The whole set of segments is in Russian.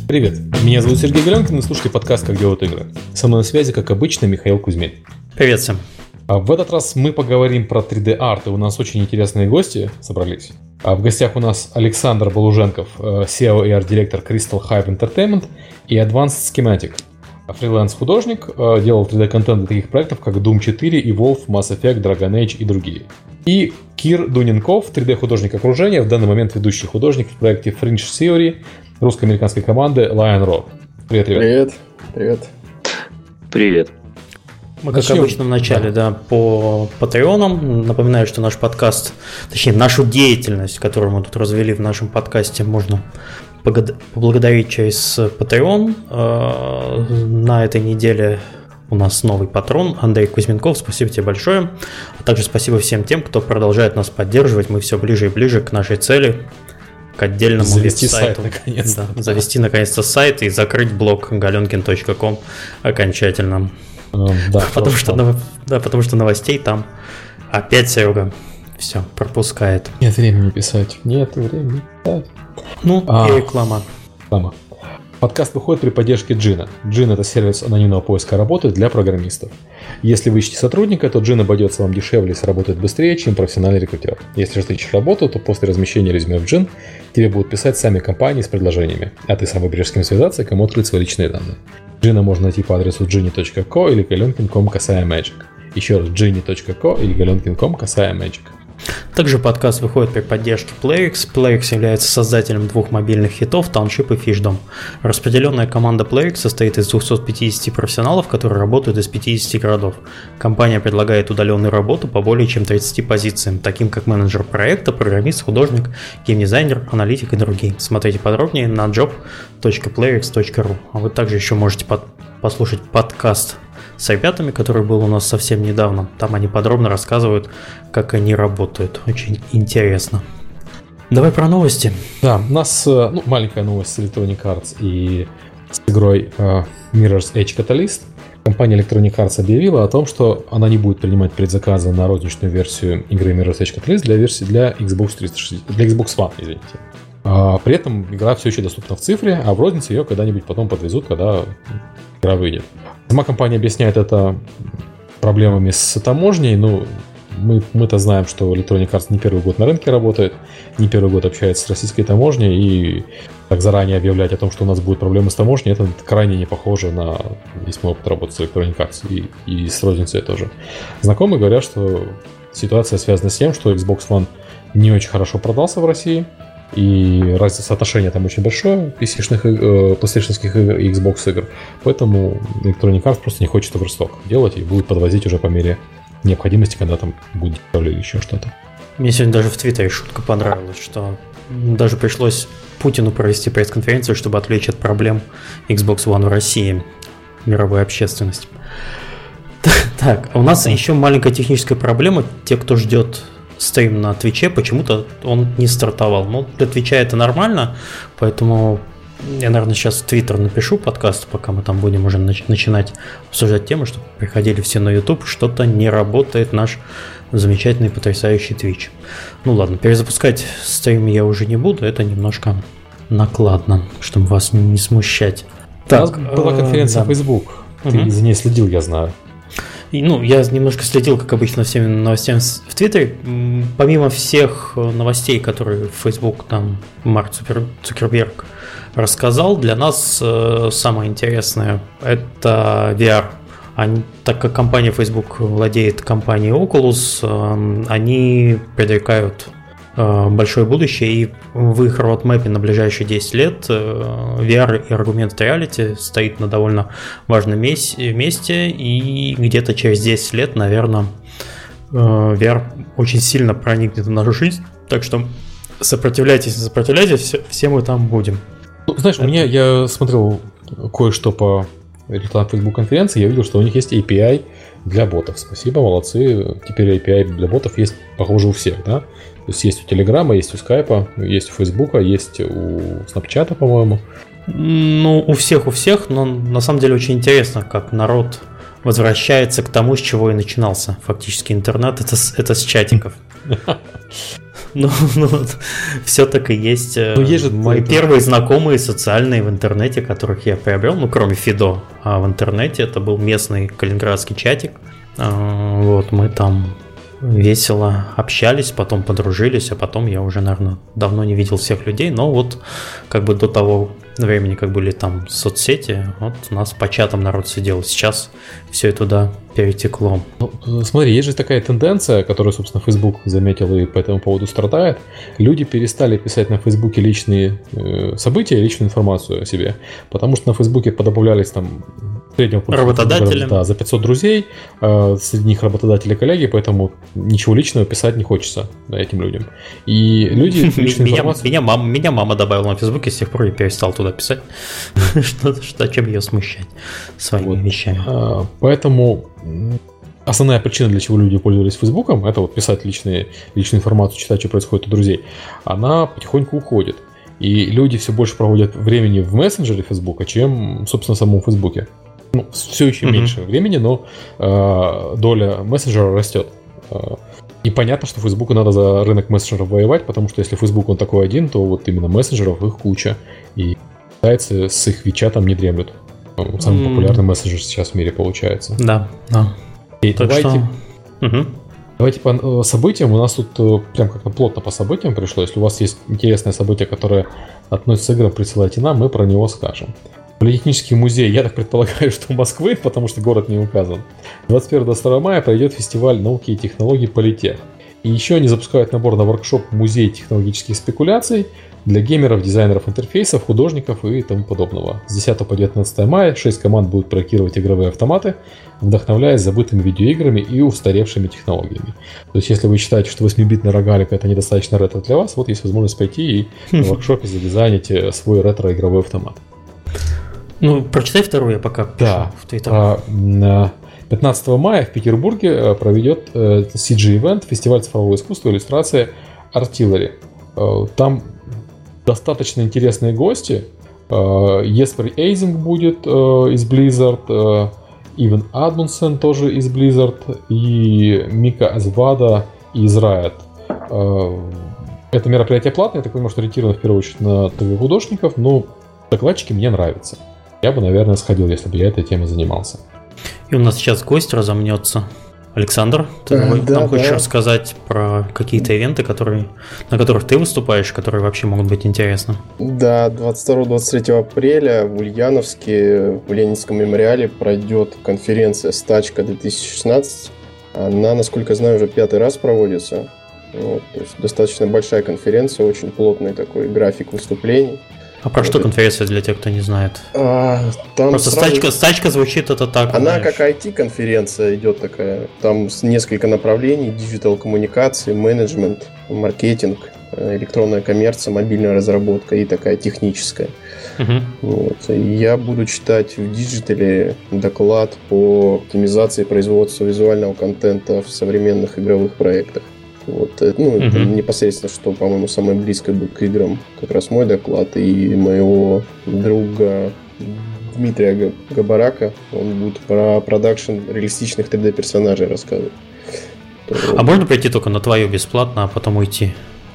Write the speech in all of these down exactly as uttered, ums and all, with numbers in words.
Привет, меня зовут Сергей Галенкин, вы слушаете подкаст «Как делают игры». Со мной на связи, как обычно, Михаил Кузьмин. Привет всем. А в этот раз мы поговорим про три дэ-арт, и у нас очень интересные гости собрались. А в гостях у нас Александр Балуженков, си и о и арт-директор Crystal Hype Entertainment и Advanced Schematic. Фриланс-художник, делал три дэ-контент для таких проектов, как Doom четыре, Evolve, Mass Effect, Dragon Age и другие. И Кир Дуненков, три дэ-художник окружения, в данный момент ведущий художник в проекте Fringe Theory русско-американской команды Lion Rock. Привет, ребят. Привет. Привет. Привет. Мы, как Начнем. обычно, в начале, да. да, по Патреонам. Напоминаю, что наш подкаст, точнее, нашу деятельность, которую мы тут развели в нашем подкасте, можно поблагодарить через Patreon. На этой неделе у нас новый патрон Андрей Кузьменков. Спасибо тебе большое. А также спасибо всем тем, кто продолжает нас поддерживать. Мы все ближе и ближе к нашей цели, к отдельному завести веб-сайту. Сайт, наконец-то. Да, завести наконец-то сайт и закрыть блог галенкин точка ком окончательно. Um, да, потому что, да, потому что новостей там опять Серега все пропускает. Нет времени писать. Нет времени писать. Ну, а, и реклама. Реклама. Подкаст выходит при поддержке Джина. Джин — это сервис анонимного поиска работы для программистов. Если вы ищете сотрудника, то Джин обойдется вам дешевле и сработает быстрее, чем профессиональный рекрутер. Если же ты ищешь работу, то после размещения резюме в Джин тебе будут писать сами компании с предложениями, а ты сам выберешь, с кем связаться и кому открыть свои личные данные. Джина можно найти по адресу джинни точка ко или галенкин точка ком касая magic. Еще раз, джинни точка ко или галенкин точка ком касая magic. Также подкаст выходит при поддержке PlayX. PlayX является создателем двух мобильных хитов Township и Fishdom. Распределенная команда PlayX состоит из двухсот пятидесяти профессионалов, которые работают из пятидесяти городов. Компания предлагает удаленную работу по более чем тридцати позициям, таким как менеджер проекта, программист, художник, геймдизайнер, аналитик и другие. Смотрите подробнее на job точка playx точка ру. А вы также еще можете под... послушать подкаст с ребятами, который был у нас совсем недавно. Там они подробно рассказывают, как они работают. Очень интересно. Давай про новости. Да, у нас ну, маленькая новость с Electronic Arts и с игрой uh, Mirror's Edge Catalyst. Компания Electronic Arts объявила о том, что она не будет принимать предзаказы на розничную версию игры Mirror's Edge Catalyst для версии для Xbox триста шестьдесят, для Xbox One, извините. Uh, при этом игра все еще доступна в цифре, а в рознице ее когда-нибудь потом подвезут, когда игра выйдет. Сама компания объясняет это проблемами с таможней. Ну, мы, мы-то знаем, что Electronic Arts не первый год на рынке работает, не первый год общается с российской таможней, и так заранее объявлять о том, что у нас будут проблемы с таможней, это крайне не похоже на весь мой опыт работы с Electronic Arts и, и с розницей тоже. Знакомые говорят, что ситуация связана с тем, что Xbox One не очень хорошо продался в России, и разница соотношения там очень большое пи си-шных, э, PlayStation-ских игр и Xbox игр. Поэтому Electronic Arts просто не хочет оверсток делать и будет подвозить уже по мере необходимости, когда там будет дешевле или еще что-то. Мне сегодня даже в Твиттере шутка понравилась, что даже пришлось Путину провести пресс-конференцию, чтобы отвлечь от проблем Xbox One в России мировую общественность. Так, у нас еще маленькая техническая проблема. Те, кто ждет стрим на Твиче, почему-то он не стартовал. Ну, для Твича это нормально, поэтому я, наверное, сейчас в Твиттер напишу подкаст, пока мы там будем уже нач- начинать обсуждать темы, чтобы приходили все на YouTube. Что-то не работает наш замечательный, потрясающий Твич. Ну ладно, перезапускать стрим я уже не буду, это немножко накладно, чтобы вас не смущать. Так, у нас была конференция э, да. Facebook. Ты угу. за ней следил, я знаю. И, ну, я немножко следил, как обычно, всеми новостями в Твиттере. Помимо всех новостей, которые Facebook, там, Марк Цукерберг рассказал, для нас э, самое интересное – это ви ар. Они, так как компания Facebook владеет компанией Oculus, э, они предрекают э, большое будущее, и в их роудмэпе на ближайшие десять лет э, ви ар и Augmented Reality стоит на довольно важном месте, и где-то через десять лет, наверное, э, ви ар очень сильно проникнет в нашу жизнь, так что сопротивляйтесь, сопротивляйтесь, все, все мы там будем. Ну, знаешь, это... у меня, я смотрел кое-что по результатам Facebook конференции, я видел, что у них есть эй пи ай для ботов. Спасибо, молодцы. Теперь эй пи ай для ботов есть, похоже, у всех, да? То есть есть у Телеграма, есть у Скайпа, есть у Фейсбука, есть у Снапчата, по-моему. Ну, у всех, у всех, но на самом деле очень интересно, как народ возвращается к тому, с чего и начинался фактически интернет. Это, это с чатиков. Ну, ну все так и есть. Ну, есть же мои это... первые знакомые социальные в интернете, которых я приобрел, ну, кроме Фидо, а в интернете это был местный калининградский чатик. Вот, мы там весело общались, потом подружились, а потом я уже, наверное, давно не видел всех людей, но вот как бы до того времени, как были там соцсети, вот у нас по чатам народ сидел. Сейчас все это туда перетекло. Ну, смотри, есть же такая тенденция, которую, собственно, Facebook заметил и по этому поводу страдает. Люди перестали писать на Фейсбуке личные э, события, личную информацию о себе, потому что на Фейсбуке подобавлялись там среднего работодатели. Да, за пятьсот друзей, э, среди них работодатели и коллеги, поэтому ничего личного писать не хочется этим людям. И люди личную меня, информацию... Меня мама, меня мама добавила на Фейсбуке, с тех пор я перестал туда писать. что, что, чем ее смущать своими вот. вещами. А, поэтому основная причина, для чего люди пользовались Фейсбуком, это вот писать личные, личную информацию, читать, что происходит у друзей, она потихоньку уходит. И люди все больше проводят времени в мессенджере Фейсбука, чем, собственно, в самом Фейсбуке. Ну, все еще mm-hmm. меньше времени, но э, доля мессенджера растет. И понятно, что Фейсбуку надо за рынок мессенджеров воевать, потому что если Фейсбук он такой один, то вот именно мессенджеров их куча. И китайцы с их Вичатом не дремлют. Самый mm. популярный мессенджер сейчас в мире получается. Да, да. И давайте, что... угу. давайте по событиям. У нас тут прям как-то плотно по событиям пришло. Если у вас есть интересное событие, которое относится к играм, присылайте нам, мы про него скажем. Политехнический музей, я так предполагаю, что Москвы, потому что город не указан. двадцать первого - двадцать второго мая пройдет фестиваль науки и технологий Политех. И еще они запускают набор на воркшоп «Музей технологических спекуляций» для геймеров, дизайнеров интерфейсов, художников и тому подобного. С десятого по девятнадцатое мая шесть команд будут проектировать игровые автоматы, вдохновляясь забытыми видеоиграми и устаревшими технологиями. То есть, если вы считаете, что восьмибитный рогалик это недостаточно ретро для вас, вот есть возможность пойти и на воркшопе задизайнить свой ретро-игровой автомат. Ну, прочитай вторую, я пока да. в Твиттер. А, пятнадцатого мая в Петербурге проведет си джи-ивент, фестиваль цифрового искусства, иллюстрации Artillery. Там достаточно интересные гости. Еспер Эйзинг будет из Blizzard, Иван Адмунсен тоже из Blizzard и Мика Азвада из Riot. Это мероприятие платное, я так понимаю, что ориентировано в первую очередь на художников, но докладчики мне нравятся. Я бы, наверное, сходил, если бы я этой темой занимался. И у нас сейчас гость разомнется. Александр, ты а, нам да, хочешь да. рассказать про какие-то ивенты, которые, на которых ты выступаешь, которые вообще могут быть интересны? Да, двадцать второго - двадцать третьего апреля в Ульяновске, в Ленинском мемориале пройдет конференция «Стачка две тысячи шестнадцать». Она, насколько я знаю, уже пятый раз проводится. Вот, то есть достаточно большая конференция, очень плотный такой график выступлений. А про вот что это... конференция для тех, кто не знает? А, там Просто сразу... стачка, стачка звучит это так. Она знаешь. как ай ти-конференция идет такая. Там несколько направлений: диджитал-коммуникации, менеджмент, маркетинг, электронная коммерция, мобильная разработка и такая техническая. Угу. Вот. И я буду читать в диджитале доклад по оптимизации производства визуального контента в современных игровых проектах. Вот, ну, uh-huh. это непосредственно, что, по-моему, самое близкое будет к играм, как раз мой доклад и моего друга Дмитрия Габарака. Он будет про продакшн реалистичных три дэ персонажей рассказывать. То... А можно прийти только на твою бесплатно, а потом уйти?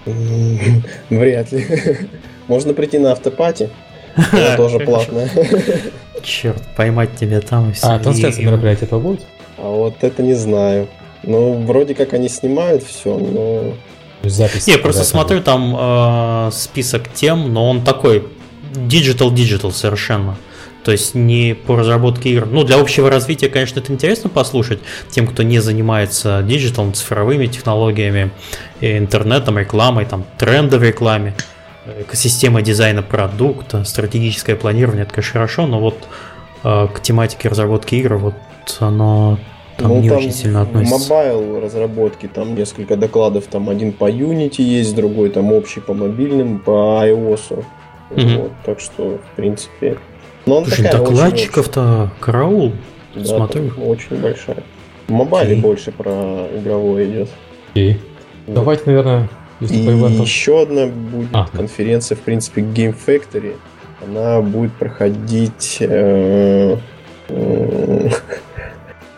Вряд ли. Можно прийти на автопати, она тоже платная. Черт, поймать тебя там и все. А трансляция мероприятия этого будет? А вот это не знаю. Ну, вроде как они снимают все, но... Запись. Я просто смотрю там э, список тем, но он такой диджитал-диджитал совершенно. То есть не по разработке игр. Ну, для общего развития, конечно, это интересно послушать тем, кто не занимается диджиталом, цифровыми технологиями, интернетом, рекламой, там, тренды в рекламе, экосистема дизайна продукта, стратегическое планирование, это, конечно, хорошо, но вот э, к тематике разработки игр вот оно... Там ну, не там очень сильно относится. В мобайл разработке там несколько докладов, там один по Unity есть, другой там общий по мобильным, по iOS. Mm-hmm. Вот, так что, в принципе... Но он Слушай, докладчиков-то караул. Да, смотрю. Очень большая. В мобайле okay. больше про игровое идет. Okay. Вот. Давайте, наверное, если и по ивентам... еще одна будет а. конференция, в принципе, Game Factory. Она будет проходить... Э- э-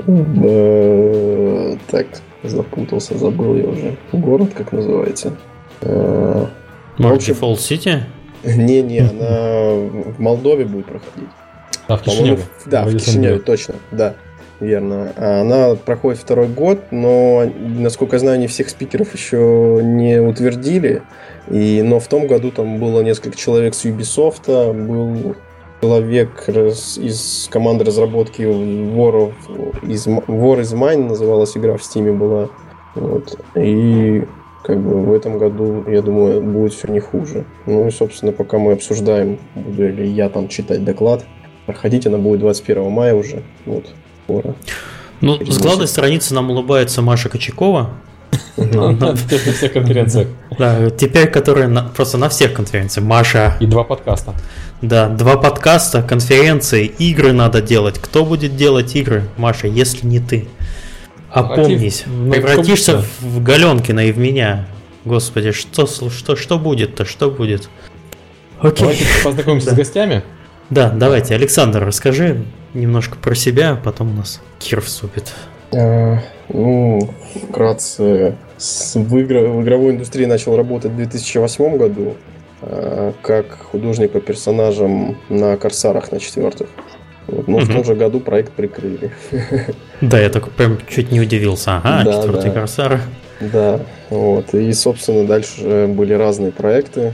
Так, запутался, забыл я уже. Город как называется? Может, Falls City? Не-не, она в Молдове будет проходить. А, в Кишиневе? Да, в Кишиневе, точно, да, верно. Она проходит второй год, но, насколько я знаю, не всех спикеров еще не утвердили. И, но в том году там было несколько человек с Ubisoft, был человек из команды разработки War, of, из, War is Mine, называлась игра, в Steam была. Вот. И как бы в этом году, я думаю, будет все не хуже. Ну и, собственно, пока мы обсуждаем, буду ли я там читать доклад, проходить она будет двадцать первого мая уже. Вот, скоро. Ну, с главной страницы нам улыбается Маша Кочакова. На всех конференциях. Да, теперь, которые просто на всех конференциях. Маша. И два подкаста. Да, два подкаста, конференции, игры надо делать. Кто будет делать игры, Маша, если не ты? Опомнись, превратишься в Галенкина и в меня. Господи, что, что, что будет-то, что будет? Окей. Давайте познакомимся с гостями. Да, давайте, Александр, расскажи немножко про себя, потом у нас Кир вступит. А, ну, вкратце, с, в, игр, в игровой индустрии начал работать в две тысячи восьмом году, а, как художник по персонажам на Корсарах на четвертых. Вот, но угу. в том же году проект прикрыли. Да, я так прям чуть не удивился. Ага, да, четвертый да. Корсар. Да, вот. И, собственно, дальше были разные проекты.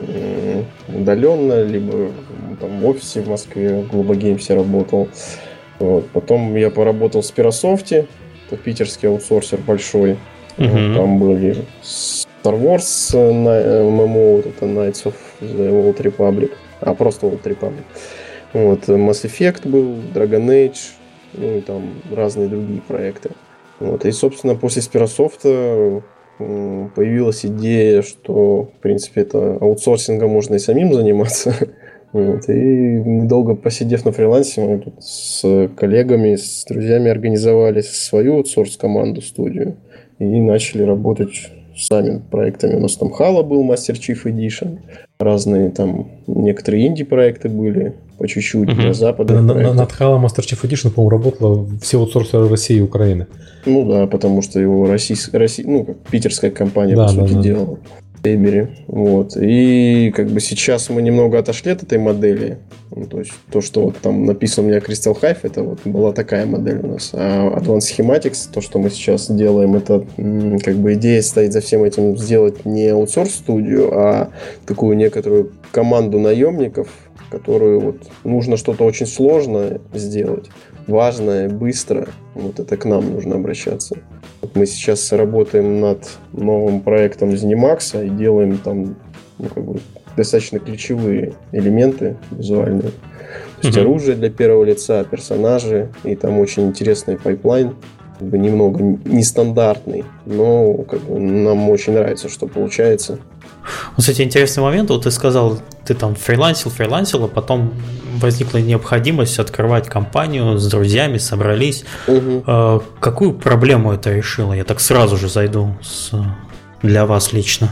Удаленно, либо там, в офисе в Москве, в Глобогеймсе работал. Вот. Потом я поработал в Спирософте, это питерский аутсорсер большой. Uh-huh. Вот, там были Star Wars, эм эм о, вот это Knights of the Old Republic, а просто Old Republic. Вот, Mass Effect был, Dragon Age, ну и там разные другие проекты. Вот, и, собственно, после Спирософта появилась идея, что, в принципе, это аутсорсингом можно и самим заниматься. Вот, и долго посидев на фрилансе, мы тут с коллегами, с друзьями организовали свою аутсорс-команду, студию, и начали работать сами над проектами. У нас там Halo был, Master Chief Edition, разные там, некоторые инди-проекты были, по чуть-чуть, uh-huh. на западных на, проектах. Над Halo Master Chief Edition, по-моему, работало все аутсорсеры России и Украины. Ну да, потому что его российская, Россия, ну, как питерская компания, да, по да, сути да. делала. Эйбери. Вот. И как бы сейчас мы немного отошли от этой модели. Ну, то есть то, что вот там написано у меня Crystal Hive, это вот была такая модель у нас. А Advanced Schematics, то, что мы сейчас делаем, это как бы идея стоит за всем этим сделать не аутсорс-студию, а такую некоторую команду наемников, которую вот нужно что-то очень сложное сделать, важное, быстро. Вот это к нам нужно обращаться. Вот мы сейчас работаем над новым проектом ZeniMax и делаем там ну, как бы, достаточно ключевые элементы визуальные. То есть mm-hmm. оружие для первого лица, персонажи, и там очень интересный пайплайн, как бы немного нестандартный, но как бы, нам очень нравится, что получается. Кстати, интересный момент. Вот ты сказал, ты там фрилансил, фрилансил, а потом возникла необходимость открывать компанию с друзьями, собрались. Угу. А, какую проблему это решило? Я так сразу же зайду с... для вас лично.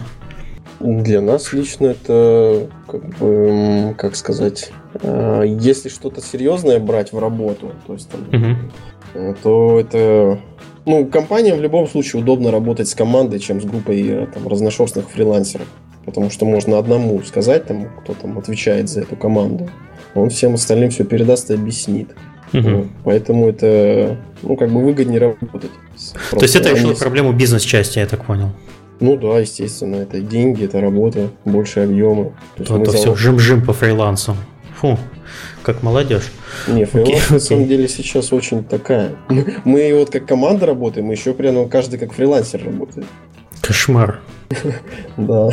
Для нас лично это, как бы, как сказать, если что-то серьезное брать в работу, то есть там, угу. то это... Ну, компаниям в любом случае удобно работать с командой, чем с группой там, разношерстных фрилансеров. Потому что можно одному сказать, там, кто там отвечает за эту команду. Он всем остальным все передаст и объяснит. Угу. Вот. Поэтому это, ну, как бы выгоднее работать. Просто то есть это решило они... проблему бизнес-части, я так понял? Ну да, естественно. Это деньги, это работа, больше объемы. То это все жим-жим по фрилансу. Фу. Как молодежь. Не, фриланс okay, на самом okay. деле сейчас очень такая. Мы вот как команда работаем, мы еще прямо каждый как фрилансер работает. Кошмар. Да.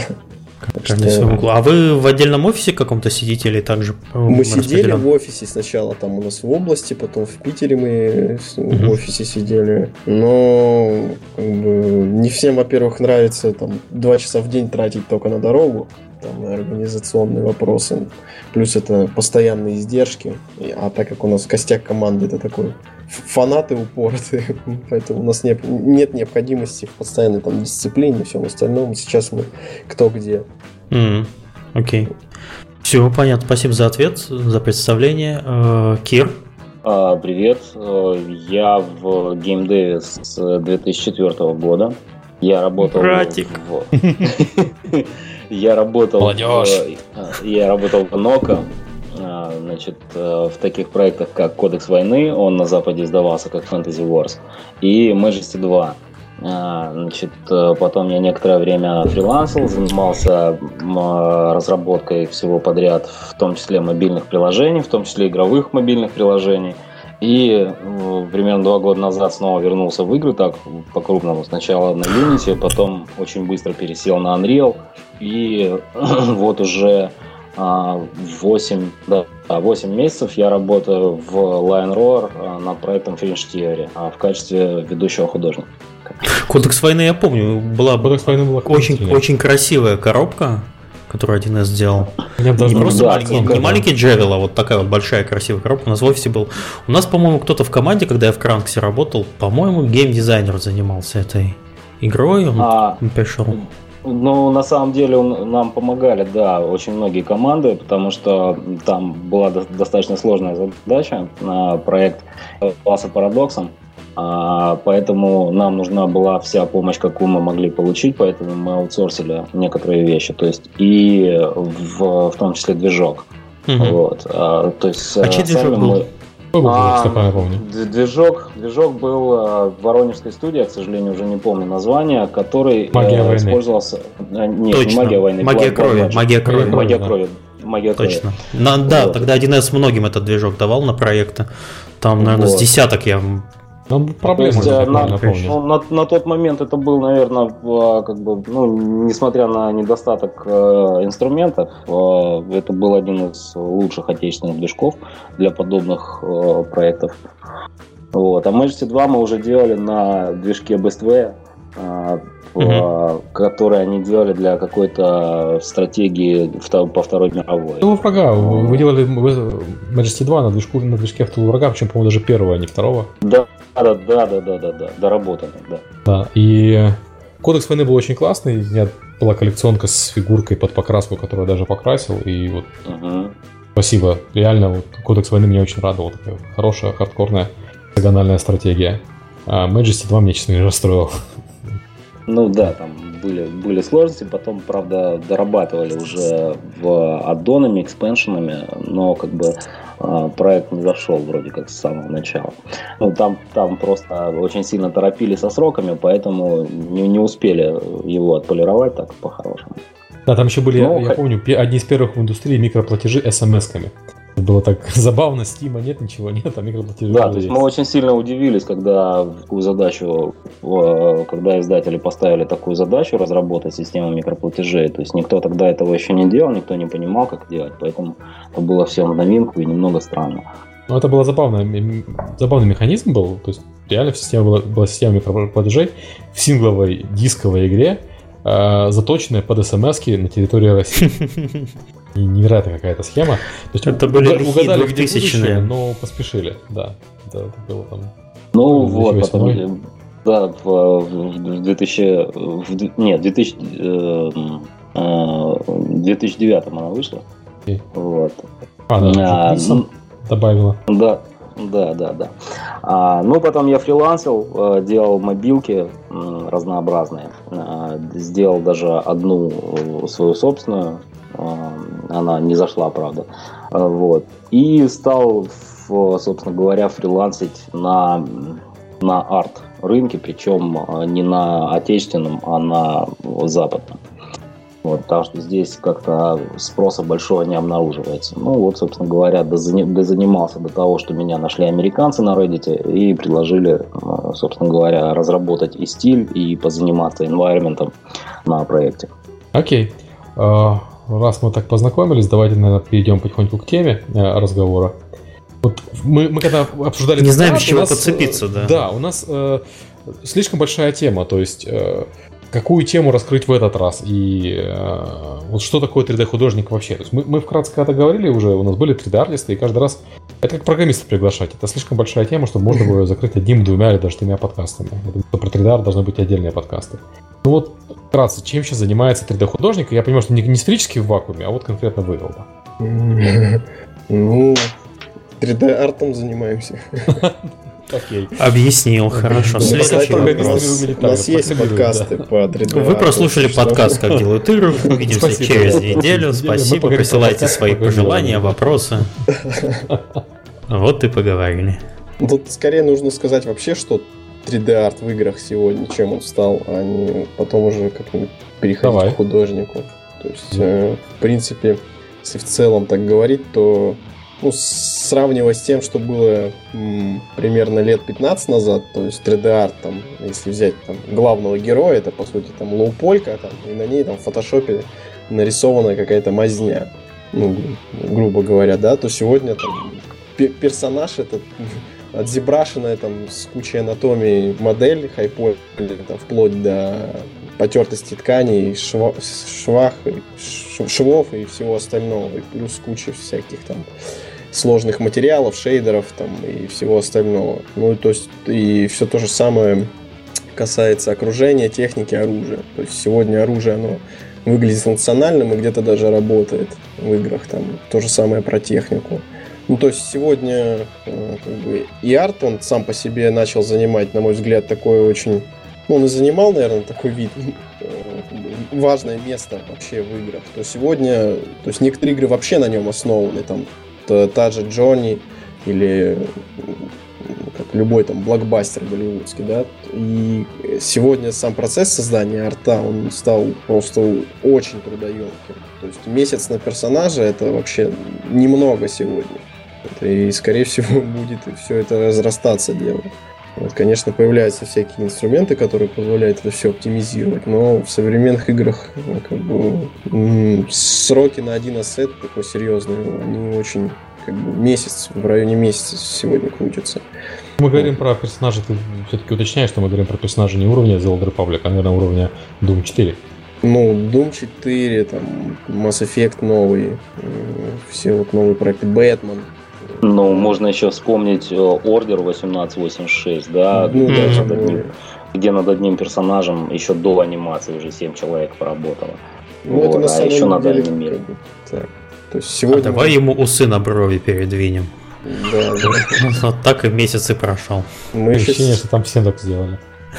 А вы в отдельном офисе каком-то сидите или также? Мы сидели в офисе сначала, там у нас в области, потом в Питере мы в офисе сидели. Но как бы, не всем, во-первых, нравится там два часа в день тратить только на дорогу. Там, на организационные вопросы. Плюс это постоянные издержки. А так как у нас костяк команды это такой фанаты упоротые, поэтому у нас не, нет необходимости в постоянной там дисциплине и всем остальном. Сейчас мы кто где. Mm, окей. Okay. Все, понятно. Спасибо за ответ, за представление. Кир? А, привет. Я в геймдеве с две тысячи четвёртого года. Я работал Братик. в... Я работал... Молодежь. Я работал в Нока, значит, в таких проектах, как Кодекс войны, он на Западе издавался как Fantasy Wars, и Majesty два. Значит, потом я некоторое время фрилансил, занимался разработкой всего подряд, в том числе мобильных приложений, в том числе игровых мобильных приложений. И ну, примерно два года назад снова вернулся в игры, так по-крупному. Сначала на Unity, потом очень быстро пересел на Unreal. И вот уже восемь, да, восемь месяцев я работаю в Lion Roar над проектом Fringe Theory в качестве ведущего художника. Кодекс войны я помню, была, Кодекс войны была очень, очень красивая коробка, которую один эс сделал. Не просто да, маленький, не маленький Джевел, а вот такая вот большая красивая коробка. У нас в офисе был. У нас, по-моему, кто-то в команде, когда я в Кранксе работал, по-моему, геймдизайнер занимался этой игрой. Он а, пришел. Ну, на самом деле нам помогали, да, очень многие команды, потому что там была до- достаточно сложная задача на проект класса Парадоксом. А, поэтому нам нужна была вся помощь, какую мы могли получить, поэтому мы аутсорсили некоторые вещи, то есть и в, в том числе движок. Угу. Вот. А, то есть, а чей движок был? Мы... А, что я помню. Движок, движок был в Воронежской студии, я, к сожалению, уже не помню название, который Магия э, войны. использовался... Нет, Точно. не магия войны. Магия Blood крови. Magic. Магия крови. Магия да. крови. Магия крови. Точно. На, да, Вот. тогда один эс многим этот движок давал на проекты. Там, наверное, Вот. с десяток я... Там проблема, То есть, я э, на, правильно помню. ну, на, на тот момент это был, наверное, э, как бы, ну, несмотря на недостаток э, инструментов, э, это был один из лучших отечественных движков для подобных э, проектов. Вот. А Majesty два мы уже делали на движке Bestway, э, mm-hmm. который они делали для какой-то стратегии по Второй мировой. Тыл врага. Вы делали Majesty два на, движку, на движке в тылу врага, причем, по-моему, даже первого, а не второго. Да, да, да, да, да, да, да, доработали, да. Да, и Кодекс войны был очень классный. У меня была коллекционка с фигуркой под покраску, которую я даже покрасил. И вот Угу. спасибо. Реально, вот Кодекс войны меня очень радовал. Такая хорошая, хардкорная, диагональная стратегия. А Majesty два меня, честно говоря, расстроил. Ну да, там были, были сложности, потом, правда, дорабатывали уже в аддонами, экспеншенами, но как бы проект не зашел вроде как с самого начала. Ну там, там просто очень сильно торопили со сроками, поэтому не, не успели его отполировать так по-хорошему. Да, там еще были, Ну, я х- помню, пе- одни из первых в индустрии микроплатежи эс эм эс-ками. Было так забавно, Стима нет, ничего нет, а микроплатежи Да, уже то есть есть. мы очень сильно удивились, когда в такую задачу, э, когда издатели поставили такую задачу разработать систему микроплатежей. То есть никто тогда этого еще не делал, никто не понимал, как делать, поэтому это было все в новинку и немного странно. Ну, это был забавный, забавный механизм был, то есть реально система была, была система микроплатежей в сингловой дисковой игре, э, заточенная под эс эм эс-ки на территории России. И невероятная какая-то схема. То есть Это были уга- лихие угадали, где двухтысячные. будущее, но поспешили. Да, да, это было там. Ну две вот, тысячи восьмой. потом, да, в, в две тысячи, в, д- нет, в две тысячи, э, э, в две тысячи девятом она вышла. Окей. Вот. А, да, А, уже плюсом добавила. Да, да, да, да. А, ну, потом я фрилансил, э, делал мобилки м, разнообразные. А, сделал даже одну э, свою собственную. А, она не зашла, правда. А, вот. И стал, в, собственно говоря, фрилансить на, на арт-рынке, причем э, не на отечественном, а на западном. Вот, так что здесь как-то спроса большого не обнаруживается. Ну вот, собственно говоря, дозанимался до того, что меня нашли американцы на Reddit и предложили, собственно говоря, разработать и стиль, и позаниматься environment на проекте. Окей. А, Раз мы так познакомились, давайте, наверное, перейдем потихоньку к теме э, разговора. Вот мы, мы когда обсуждали... Не знаем, ТриДи-арт, с чего у нас, подцепиться, э, да. Да, у нас э, слишком большая тема, то есть... Э, какую тему раскрыть в этот раз и э, вот что такое три дэ-художник вообще. То есть мы, мы вкратце когда говорили уже, у нас были три дэ-артисты, и каждый раз это как программиста приглашать. Это слишком большая тема, чтобы можно было ее закрыть одним, двумя или даже тремя подкастами. Я думаю, что про три дэ-арт должны быть отдельные подкасты. Ну вот, вкратце, чем сейчас занимается три дэ-художник? Я понимаю, что не, не сферически в вакууме, а вот конкретно вы, Илда. Ну, три дэ-артом занимаемся. Окей. Объяснил, хорошо. Следующий вопрос. У нас есть подкасты по три дэ. Вы прослушали подкаст «Как делают игры». Увидимся через неделю. Спасибо. Присылайте свои пожелания, вопросы. Вот и поговорили. Тут скорее нужно сказать вообще, что три дэ-арт в играх сегодня, чем он стал, а не потом уже как-нибудь переходить Давай. к художнику. То есть, э, в принципе, если в целом так говорить, то ну, сравнивая с тем, что было м, примерно лет пятнадцать назад, то есть три дэ-арт, там, если взять там, главного героя, это, по сути, там, лоу-полька, там, и на ней там, в фотошопе нарисована какая-то мазня, ну, грубо говоря, да, то сегодня там, п- персонаж этот отзебрашенная там, с кучей анатомии модель хайпой, там, вплоть до потертости тканей, шва, швах, швов и всего остального, и плюс куча всяких там сложных материалов, шейдеров там и всего остального. Ну, то есть, и все то же самое касается окружения, техники, оружия. То есть сегодня оружие, оно выглядит функциональным и где-то даже работает в играх. Там то же самое про технику. Ну, то есть сегодня как бы, и арт, он сам по себе начал занимать, на мой взгляд, такое очень... Ну, он и занимал, наверное, такой вид, важное место вообще в играх. То сегодня, то есть некоторые игры вообще на нем основаны, там, та, та же Джонни или как любой там блокбастер голливудский, да. И сегодня сам процесс создания арта, он стал просто очень трудоемким. То есть месяц на персонажа это вообще немного сегодня. И, скорее всего, будет все это разрастаться дело. Вот, конечно, появляются всякие инструменты, которые позволяют это все оптимизировать, но в современных играх ну, как бы, м- сроки на один ассет такой серьезный, они очень как бы, месяц, в районе месяца сегодня крутятся. Мы говорим про персонажей, ты все-таки уточняешь, что мы говорим про персонажей не уровня The Old Republic, а, наверное, уровня Doom четыре. Ну, Doom четыре, там, Mass Effect новый, все вот новые проекты, Batman. Ну, можно еще вспомнить Order восемнадцать восемьдесят шесть, да, ну, где, да, над одним, где над одним персонажем еще до анимации уже семь человек поработало. Ну, вот, это на а самом еще деле, надо анимировать. Как бы, так. То есть сегодня... А давай ему усы на брови передвинем. Да, да. Вот так и месяц и прошел. Мы Ощущение, еще... что там все так сделали.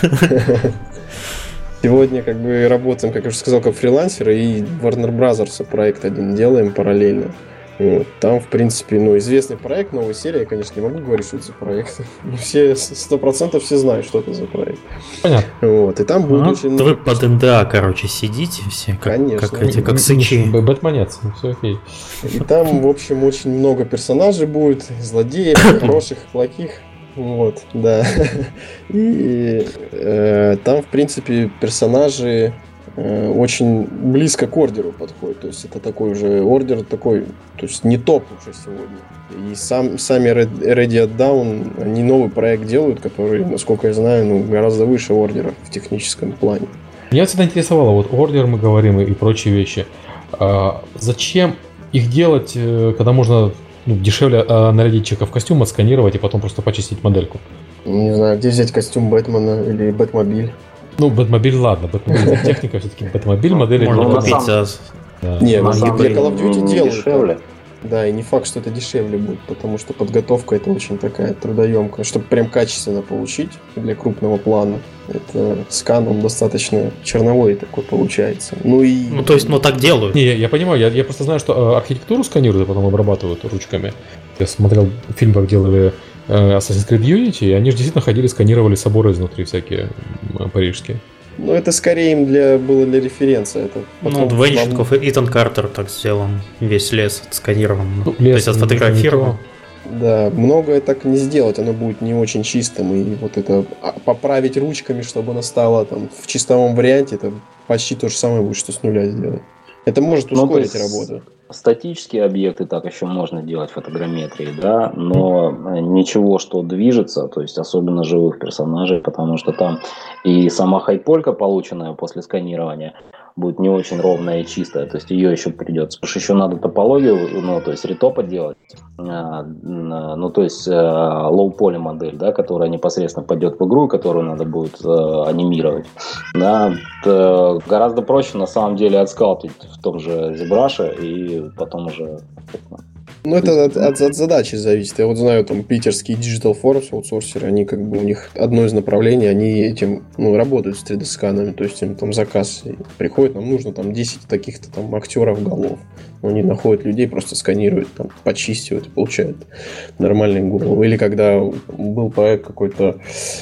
Сегодня как бы работаем, как я уже сказал, как фрилансеры, и Warner Brothers проект один делаем параллельно. Вот. Там, в принципе, ну, известный проект, новая серия, я, конечно, не могу говорить, что это за проект. Но все, сто процентов все знают, что это за проект. Понятно. Вот. И там будет а, очень... Вы под эн дэ а, короче, сидите все, как, конечно. как эти, как сычи. Бэтменец, все окей. И там, в общем, очень много персонажей будет, злодеев, хороших, плохих. Вот, да. И э, там, в принципе, персонажи э, очень близко к ордеру подходят. То есть это такой уже ордер такой, то есть не топ уже сегодня. И сам, сами Ready Down, они новый проект делают, который, насколько я знаю, ну, гораздо выше ордера в техническом плане. Меня всегда интересовало, вот ордер мы говорим и прочие вещи. А зачем их делать, когда можно... Ну, дешевле а, нарядить человека в костюм, отсканировать и потом просто почистить модельку. Не знаю, где взять костюм Бэтмена или Бэтмобиль. Ну, Бэтмобиль, ладно, Бэтмобиль это техника, все-таки Бэтмобиль модели... Можно купить за... Не, ну, для Call of Duty не делают. дешевле. Да, и не факт, что это дешевле будет, потому что подготовка это очень такая трудоемкая. Чтобы прям качественно получить для крупного плана, это скан, он достаточно черновой такой получается. Ну и... Ну, то есть, ну так делают. Не, я, я понимаю, я, я просто знаю, что э, архитектуру сканируют, а потом обрабатывают ручками. Я смотрел фильм, как делали э, Assassin's Creed Unity, и они же действительно ходили, сканировали соборы изнутри всякие э, парижские. Ну, это скорее им для, было для референса. Это ну, Двойничков и Итан Картер так сделан. Весь лес отсканирован. Ну, лес, то есть отфотографирован. Да, многое так не сделать, оно будет не очень чистым. И вот это поправить ручками, чтобы оно стало там в чистовом варианте, это почти то же самое будет, что с нуля сделать. Это может ускорить ну, работу. Статические объекты так еще можно делать в фотограмметрии, да, но ничего, что движется, то есть особенно живых персонажей, потому что там и сама хайполька, полученная после сканирования, будет не очень ровная и чистая, то есть ее еще придется, потому что еще надо топологию, ну, то есть ретопа делать, ну, то есть лоу-поли модель, да, которая непосредственно пойдет в игру, которую надо будет анимировать, да, гораздо проще на самом деле отскалтить в том же ZBrush и потом уже Ну, это от, от, от задачи зависит. Я вот знаю, там, питерские Digital Forums, аутсорсеры, они как бы, у них одно из направлений, они этим, ну, работают с три дэ-сканами, то есть им там заказ приходит, нам нужно там десять таких-то там актеров голов. Они находят людей, просто сканируют, там, почистят и получают нормальные головы. Или когда был проект какой-то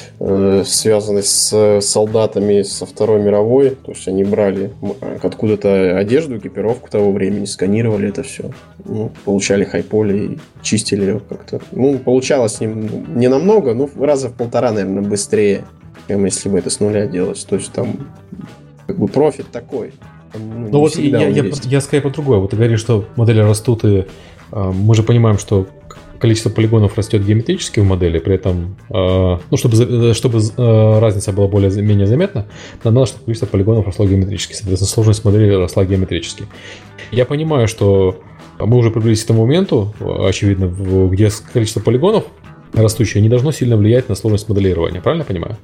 э, связанный с солдатами со Второй мировой, то есть они брали откуда-то одежду, экипировку того времени, сканировали это все, ну, получали хайполи и чистили его как-то. Ну, получалось не, не намного, но раза в полтора, наверное, быстрее, чем если бы это с нуля делать. То есть там как бы профит такой. Ну, ну вот я, я, я скорее про другое. Вот ты говоришь, что модели растут, и э, мы же понимаем, что количество полигонов растет геометрически в модели, при этом, э, ну, чтобы, чтобы э, разница была более-менее заметна, надо, чтобы количество полигонов росло геометрически, соответственно, сложность модели росла геометрически. Я понимаю, что мы уже приблизились к тому моменту, очевидно, где количество полигонов растущее не должно сильно влиять на сложность моделирования, правильно я понимаю?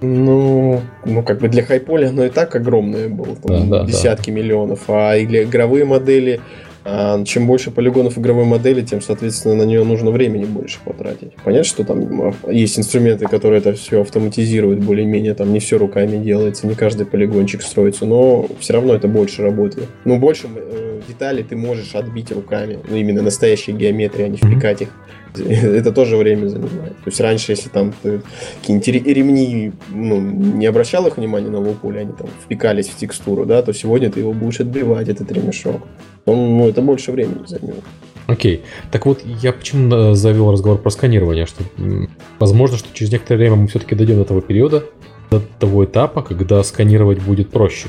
Ну, ну, как бы для хайполя оно и так огромное было, там, да, да, десятки да. миллионов, а для игровые модели, а, чем больше полигонов игровой модели, тем, соответственно, на нее нужно времени больше потратить. Понятно, что там есть инструменты, которые это все автоматизируют более-менее, там не все руками делается, не каждый полигончик строится, но все равно это больше работает. Ну, больше э, деталей ты можешь отбить руками, ну, именно настоящие геометрии, а не впекать их. Это тоже время занимает. То есть раньше, если там ты какие-нибудь ремни, ну, не обращал их внимания на лоу-поли, они там впекались в текстуру, да, то сегодня ты его будешь отбивать, этот ремешок. Он, ну, это больше времени займет. Окей. Так вот, я почему завел разговор про сканирование, что возможно, что через некоторое время мы все-таки дойдем до того периода, до того этапа, когда сканировать будет проще.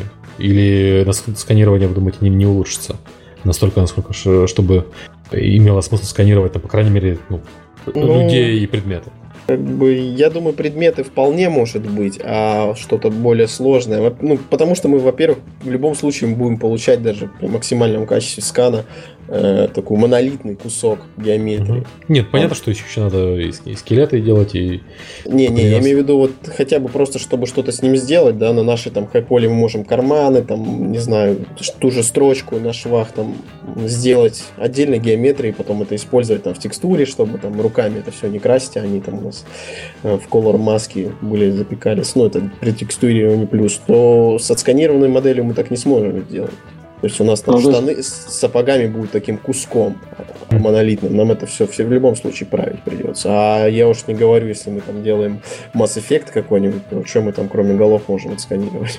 Или сканирование, вы думаете, не, не улучшится настолько, насколько, чтобы имело смысл сканировать, ну, по крайней мере, ну, ну, людей и предметы. Как бы, я думаю, предметы вполне может быть, а что-то более сложное. Ну, потому что мы, во-первых, в любом случае мы будем получать даже при максимальном качестве скана э, такой монолитный кусок геометрии. Угу. Нет, понятно, а. что еще надо и, и скелеты делать, и... Не-не, я имею в виду вот хотя бы просто, чтобы что-то с ним сделать, да, на нашей там хайполе мы можем карманы, там, не знаю, ту же строчку на швах там сделать отдельной геометрией, потом это использовать там в текстуре, чтобы там руками это все не красить, а они там у нас в color маски были, запекались, ну, это при текстурировании плюс, то с отсканированной моделью мы так не сможем сделать. То есть у нас там ну, штаны есть... с сапогами будут таким куском монолитным. Нам это все, все в любом случае править придется. А я уж не говорю, если мы там делаем Mass Effect какой-нибудь, то что мы там кроме голов можем отсканировать?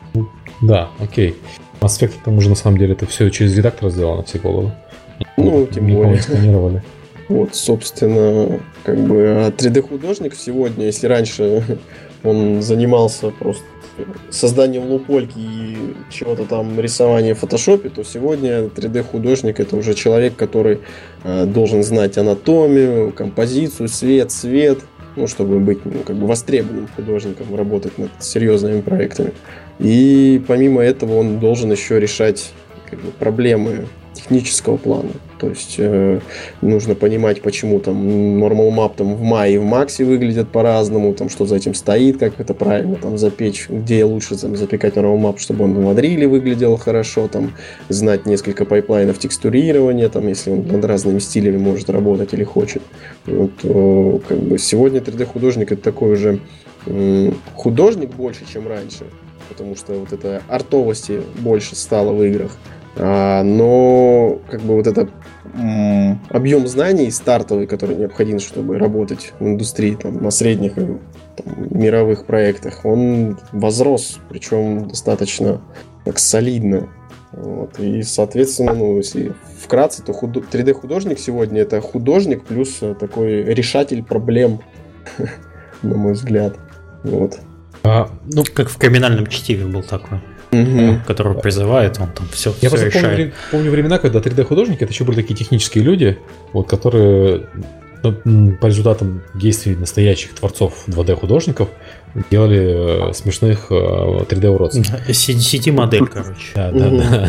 Да, окей. Mass Effect, к тому же, на самом деле, это все через редактор сделано, все головы. Ну, вот, тем более. Сканировали. Вот, собственно, как бы три дэ-художник сегодня, если раньше он занимался просто созданием лупольки и чего-то там рисования в фотошопе, то сегодня три дэ-художник это уже человек, который э, должен знать анатомию, композицию, свет, цвет, ну, чтобы быть, ну, как бы востребованным художником, работать над серьезными проектами. И помимо этого он должен еще решать, как бы, проблемы технического плана. То есть э, нужно понимать, почему там Normal Map там в мае и в Максе выглядят по-разному, там что за этим стоит, как это правильно там запечь, где лучше там запекать Normal Map, чтобы он в Unreal выглядел хорошо, там знать несколько пайплайнов текстурирования, там если он над разными стилями может работать или хочет. Вот, то, как бы сегодня три дэ-художник это такой уже э, художник больше, чем раньше, потому что вот это артовости больше стало в играх. А, но как бы вот этот м, объем знаний стартовый, который необходим, чтобы работать в индустрии там, на средних там, мировых проектах, он возрос, причем достаточно так солидно. Вот. И, соответственно, ну, если вкратце, то худ... три дэ-художник сегодня это художник плюс такой решатель проблем, на мой взгляд. Вот. А, ну, как в криминальном чтиве был такой. Угу. Который призывает, он там все, Я все просто решает. Помню, помню времена, когда три дэ-художники это еще были такие технические люди, вот, которые ну, по результатам действий настоящих творцов два дэ-художников делали э, смешных э, три дэ-уродцев. си ди-модель, короче. Да, да, да.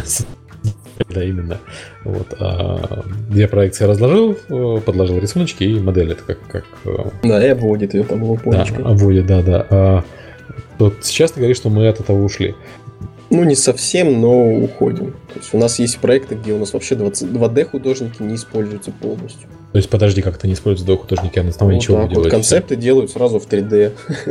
Да, именно. Вот. А две проекции разложил, подложил рисуночки и модель это как... как да, и обводит ее там лупоночкой. Да, обводит, да, да. А вот сейчас ты говоришь, что мы от этого ушли. Ну, не совсем, но уходим. То есть у нас есть проекты, где у нас вообще два дэ-художники не используются полностью. То есть, подожди, как-то не используются два дэ-художники, а на основании вот чего так вы делаете? Вот концепты делают сразу в три дэ.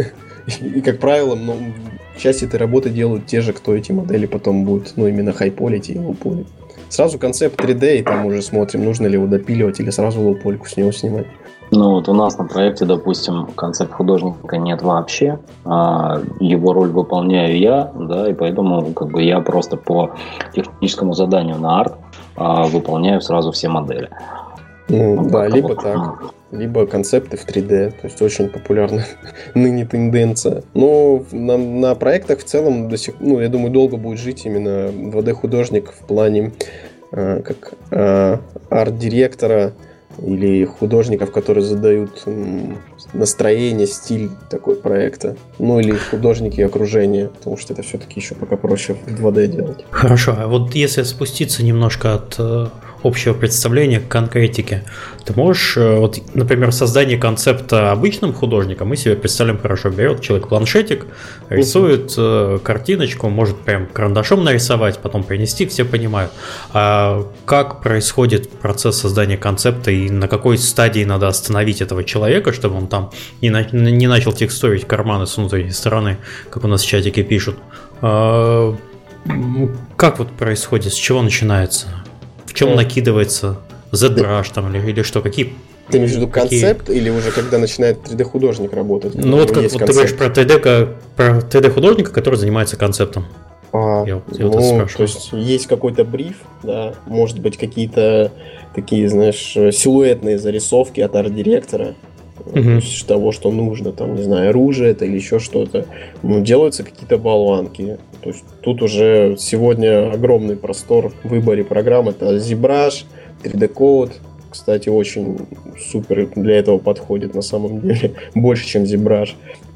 И, как правило, ну, часть этой работы делают те же, кто эти модели потом будет, ну, именно хайполить и лоу-полить. Сразу концепт три дэ, и там уже смотрим, нужно ли его допиливать или сразу лоу-польку с него снимать. Ну вот у нас на проекте, допустим, концепт художника нет вообще, а его роль выполняю я, да, и поэтому как бы я просто по техническому заданию на арт а, выполняю сразу все модели. Ну, ну да, либо вот, так, ну. либо концепты в три дэ, то есть очень популярная ныне тенденция. Но на, на проектах в целом до сих, ну, я думаю, долго будет жить именно два дэ-художник в плане э, как э, арт-директора или художников, которые задают м, настроение, стиль такой проекта. Ну, или художники окружения, потому что это все-таки еще пока проще в два дэ делать. Хорошо, а вот если спуститься немножко от э, общего представления к конкретике, ты можешь, э, вот, например, создание концепта обычным художником, мы себе представляем хорошо, берет человек планшетик, рисует э, картиночку, может прям карандашом нарисовать, потом принести, все понимают. А как происходит процесс создания концепта и на какой стадии надо остановить этого человека, чтобы он там не, на, не начал текстурить карманы с внутренней стороны, как у нас в чатике пишут. А, как вот происходит, с чего начинается? В чем накидывается ZBrush там или, или что? Какие? Ты имеешь в виду какие... концепт или уже когда начинает три дэ-художник работать? Ну вот как вот ты говоришь про три дэ, про три дэ-художника, который занимается концептом. А, я, я ну, вот то есть есть какой-то бриф, да, может быть какие-то такие, знаешь, силуэтные зарисовки от арт-директора, uh-huh. то есть того, что нужно, там, не знаю, оружие это или еще что-то. Ну, делаются какие-то болванки. То есть тут уже сегодня огромный простор в выборе программ. Это ZBrush, три дэ-Code. Кстати, очень супер для этого подходит на самом деле. Больше, чем ZBrush.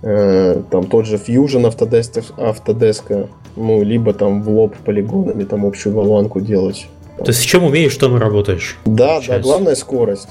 Там тот же Fusion Autodesk, Autodesk, ну, либо там в лоб полигонами там общую болванку делать. Там. То есть в чем умеешь, в том и работаешь? Да, получается. Да, главное скорость.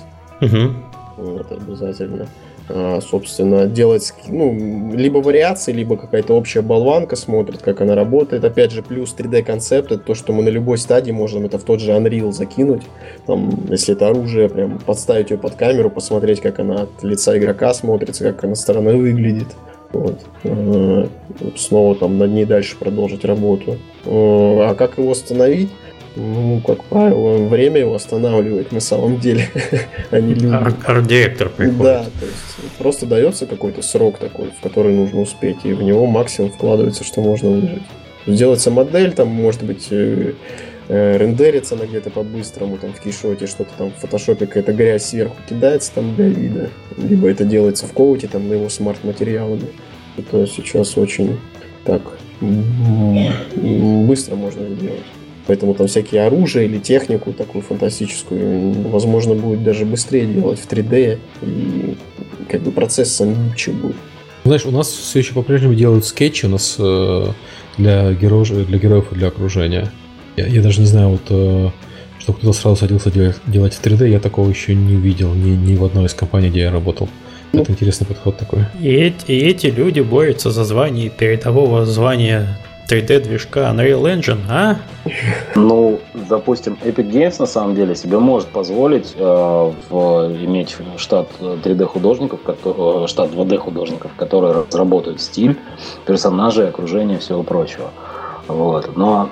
Угу. Это обязательно. А, собственно, делать, ну, либо вариации, либо какая-то общая болванка, смотрит, как она работает. Опять же, плюс три дэ-концепт, это то, что мы на любой стадии можем это в тот же Unreal закинуть. Там, если это оружие, прям подставить ее под камеру, посмотреть, как она от лица игрока смотрится, как она со стороны выглядит. Вот. А, снова там над ней дальше продолжить работу. А как его остановить? Ну, как правило, время его останавливает на самом деле, а не люди. Арт-директор приходит. Да, то есть просто дается какой-то срок такой, в который нужно успеть, и в него максимум вкладывается, что можно выжить. Делается модель, там, может быть, э, э, рендерится она где-то по-быстрому, там, в кейшоте что-то там, в фотошопе какая-то грязь сверху кидается там для вида, либо это делается в коуте, там, на его смарт-материалами. Это сейчас очень так быстро можно сделать. Поэтому там всякие оружия или технику такую фантастическую, возможно, будет даже быстрее делать в три дэ, и как бы процесс сам гибче будет. Знаешь, у нас все еще по-прежнему делают скетчи у нас э, для, героев, для героев и для окружения. Я, я даже не знаю, вот, э, что кто-то сразу садился делать, делать в три дэ, я такого еще не видел ни, ни в одной из компаний, где я работал. Ну, это интересный подход такой. И эти, и эти люди борются за звание передового звания три дэ-движка Unreal Engine, а? Ну, допустим, Epic Games на самом деле себе может позволить э, в, иметь штат три дэ-художников, который, штат два дэ-художников, которые разработают стиль, персонажей, окружение и всего прочего. Вот. Но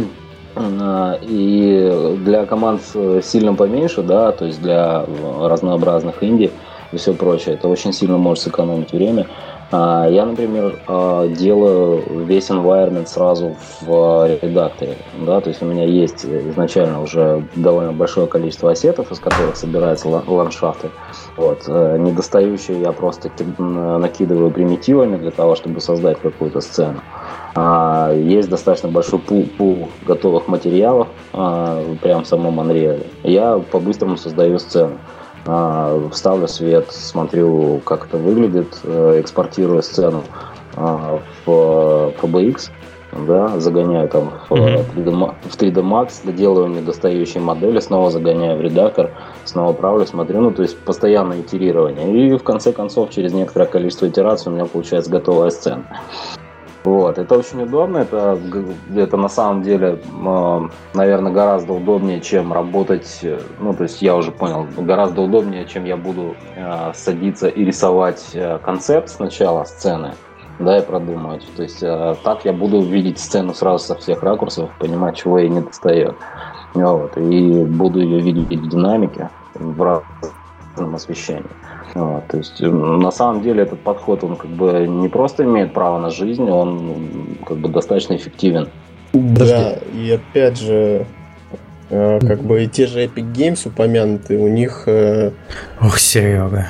и для команд сильно поменьше, да, то есть для разнообразных инди и все прочее, это очень сильно может сэкономить время. Я, например, делаю весь environment сразу в редакторе, да, то есть у меня есть изначально уже довольно большое количество ассетов, из которых собираются ландшафты. Вот. Недостающие я просто накидываю примитивами для того, чтобы создать какую-то сцену. Есть достаточно большой пул, пул готовых материалов прямо в самом Unreal. Я по-быстрому создаю сцену. Вставлю свет, смотрю, как это выглядит, экспортирую сцену в пи би икс, да, загоняю там в, mm-hmm. в три дэ Max, делаю недостающие модели, снова загоняю в редактор, снова правлю, смотрю, ну, то есть постоянное итерирование. И в конце концов, через некоторое количество итераций у меня получается готовая сцена. Вот, это очень удобно, это, это на самом деле, наверное, гораздо удобнее, чем работать, ну, то есть я уже понял, гораздо удобнее, чем я буду садиться и рисовать концепт сначала, сцены, да, и продумывать. То есть так я буду видеть сцену сразу со всех ракурсов, понимать, чего ей не достает. Вот, и буду ее видеть в динамике, в разном освещении. Вот, то есть на самом деле этот подход, он как бы не просто имеет право на жизнь, он как бы достаточно эффективен. Да, и опять же, э, как бы и те же Epic Games упомянутые, у них... Э, Ох, Серега.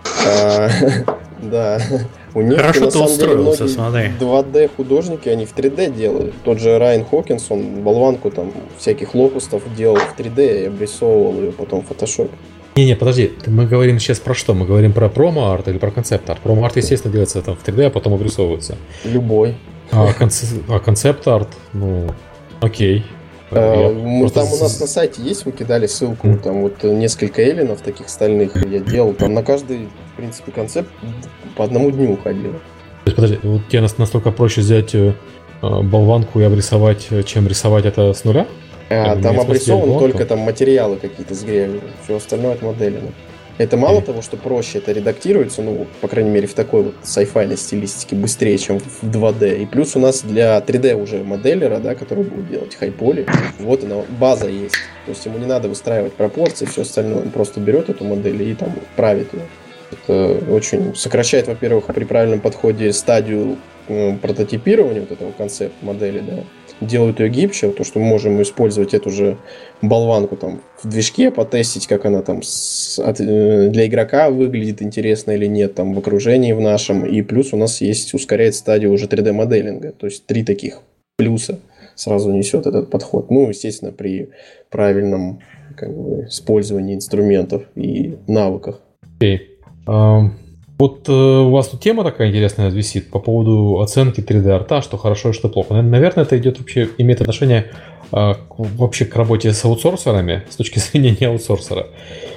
Э, да, у них хорошо на ты самом деле устроился, многие смотри. два дэ художники, они в три дэ делают. Тот же Райан Хокинс, он болванку там всяких локустов делал в три дэ и обрисовывал ее потом в фотошопе. Не-не, подожди, мы говорим сейчас про что? Мы говорим про промо-арт или про концепт-арт? Промо-арт, естественно, делается там в три дэ, а потом обрисовывается. Любой. А, конце- а концепт-арт, ну, окей. А, мы, просто... Там у нас на сайте есть, мы кидали ссылку, mm. там вот несколько эллинов таких стальных я делал, там на каждый, в принципе, концепт по одному дню уходило. То есть, подожди, вот тебе настолько проще взять э, болванку и обрисовать, чем рисовать это с нуля? А, там обрисованы только там материалы какие-то с грязью, все остальное от моделина. Это мало mm. того, что проще это редактируется, ну, по крайней мере, в такой вот sci-fi стилистике быстрее, чем в два дэ. И плюс у нас для три дэ уже моделлера, да, который будет делать хайполи, вот она, база есть. То есть ему не надо выстраивать пропорции, все остальное. Он просто берет эту модель и там правит ее. Это очень сокращает, во-первых, при правильном подходе стадию э, прототипирования вот этого концепта модели, да. Делают ее гибче, то, что мы можем использовать эту же болванку там в движке, потестить, как она там с, от, для игрока выглядит интересно или нет, там в окружении в нашем. И плюс у нас есть ускоряет стадию уже три дэ моделинга. То есть три таких плюса сразу несет этот подход. Ну, естественно, при правильном как бы, использовании инструментов и навыках. Окей. Okay. Um... Вот э, у вас тут тема такая интересная висит по поводу оценки три дэ-арта, что хорошо и что плохо. Наверное, это идет вообще, имеет отношение э, к, вообще к работе с аутсорсерами, с точки зрения не аутсорсера.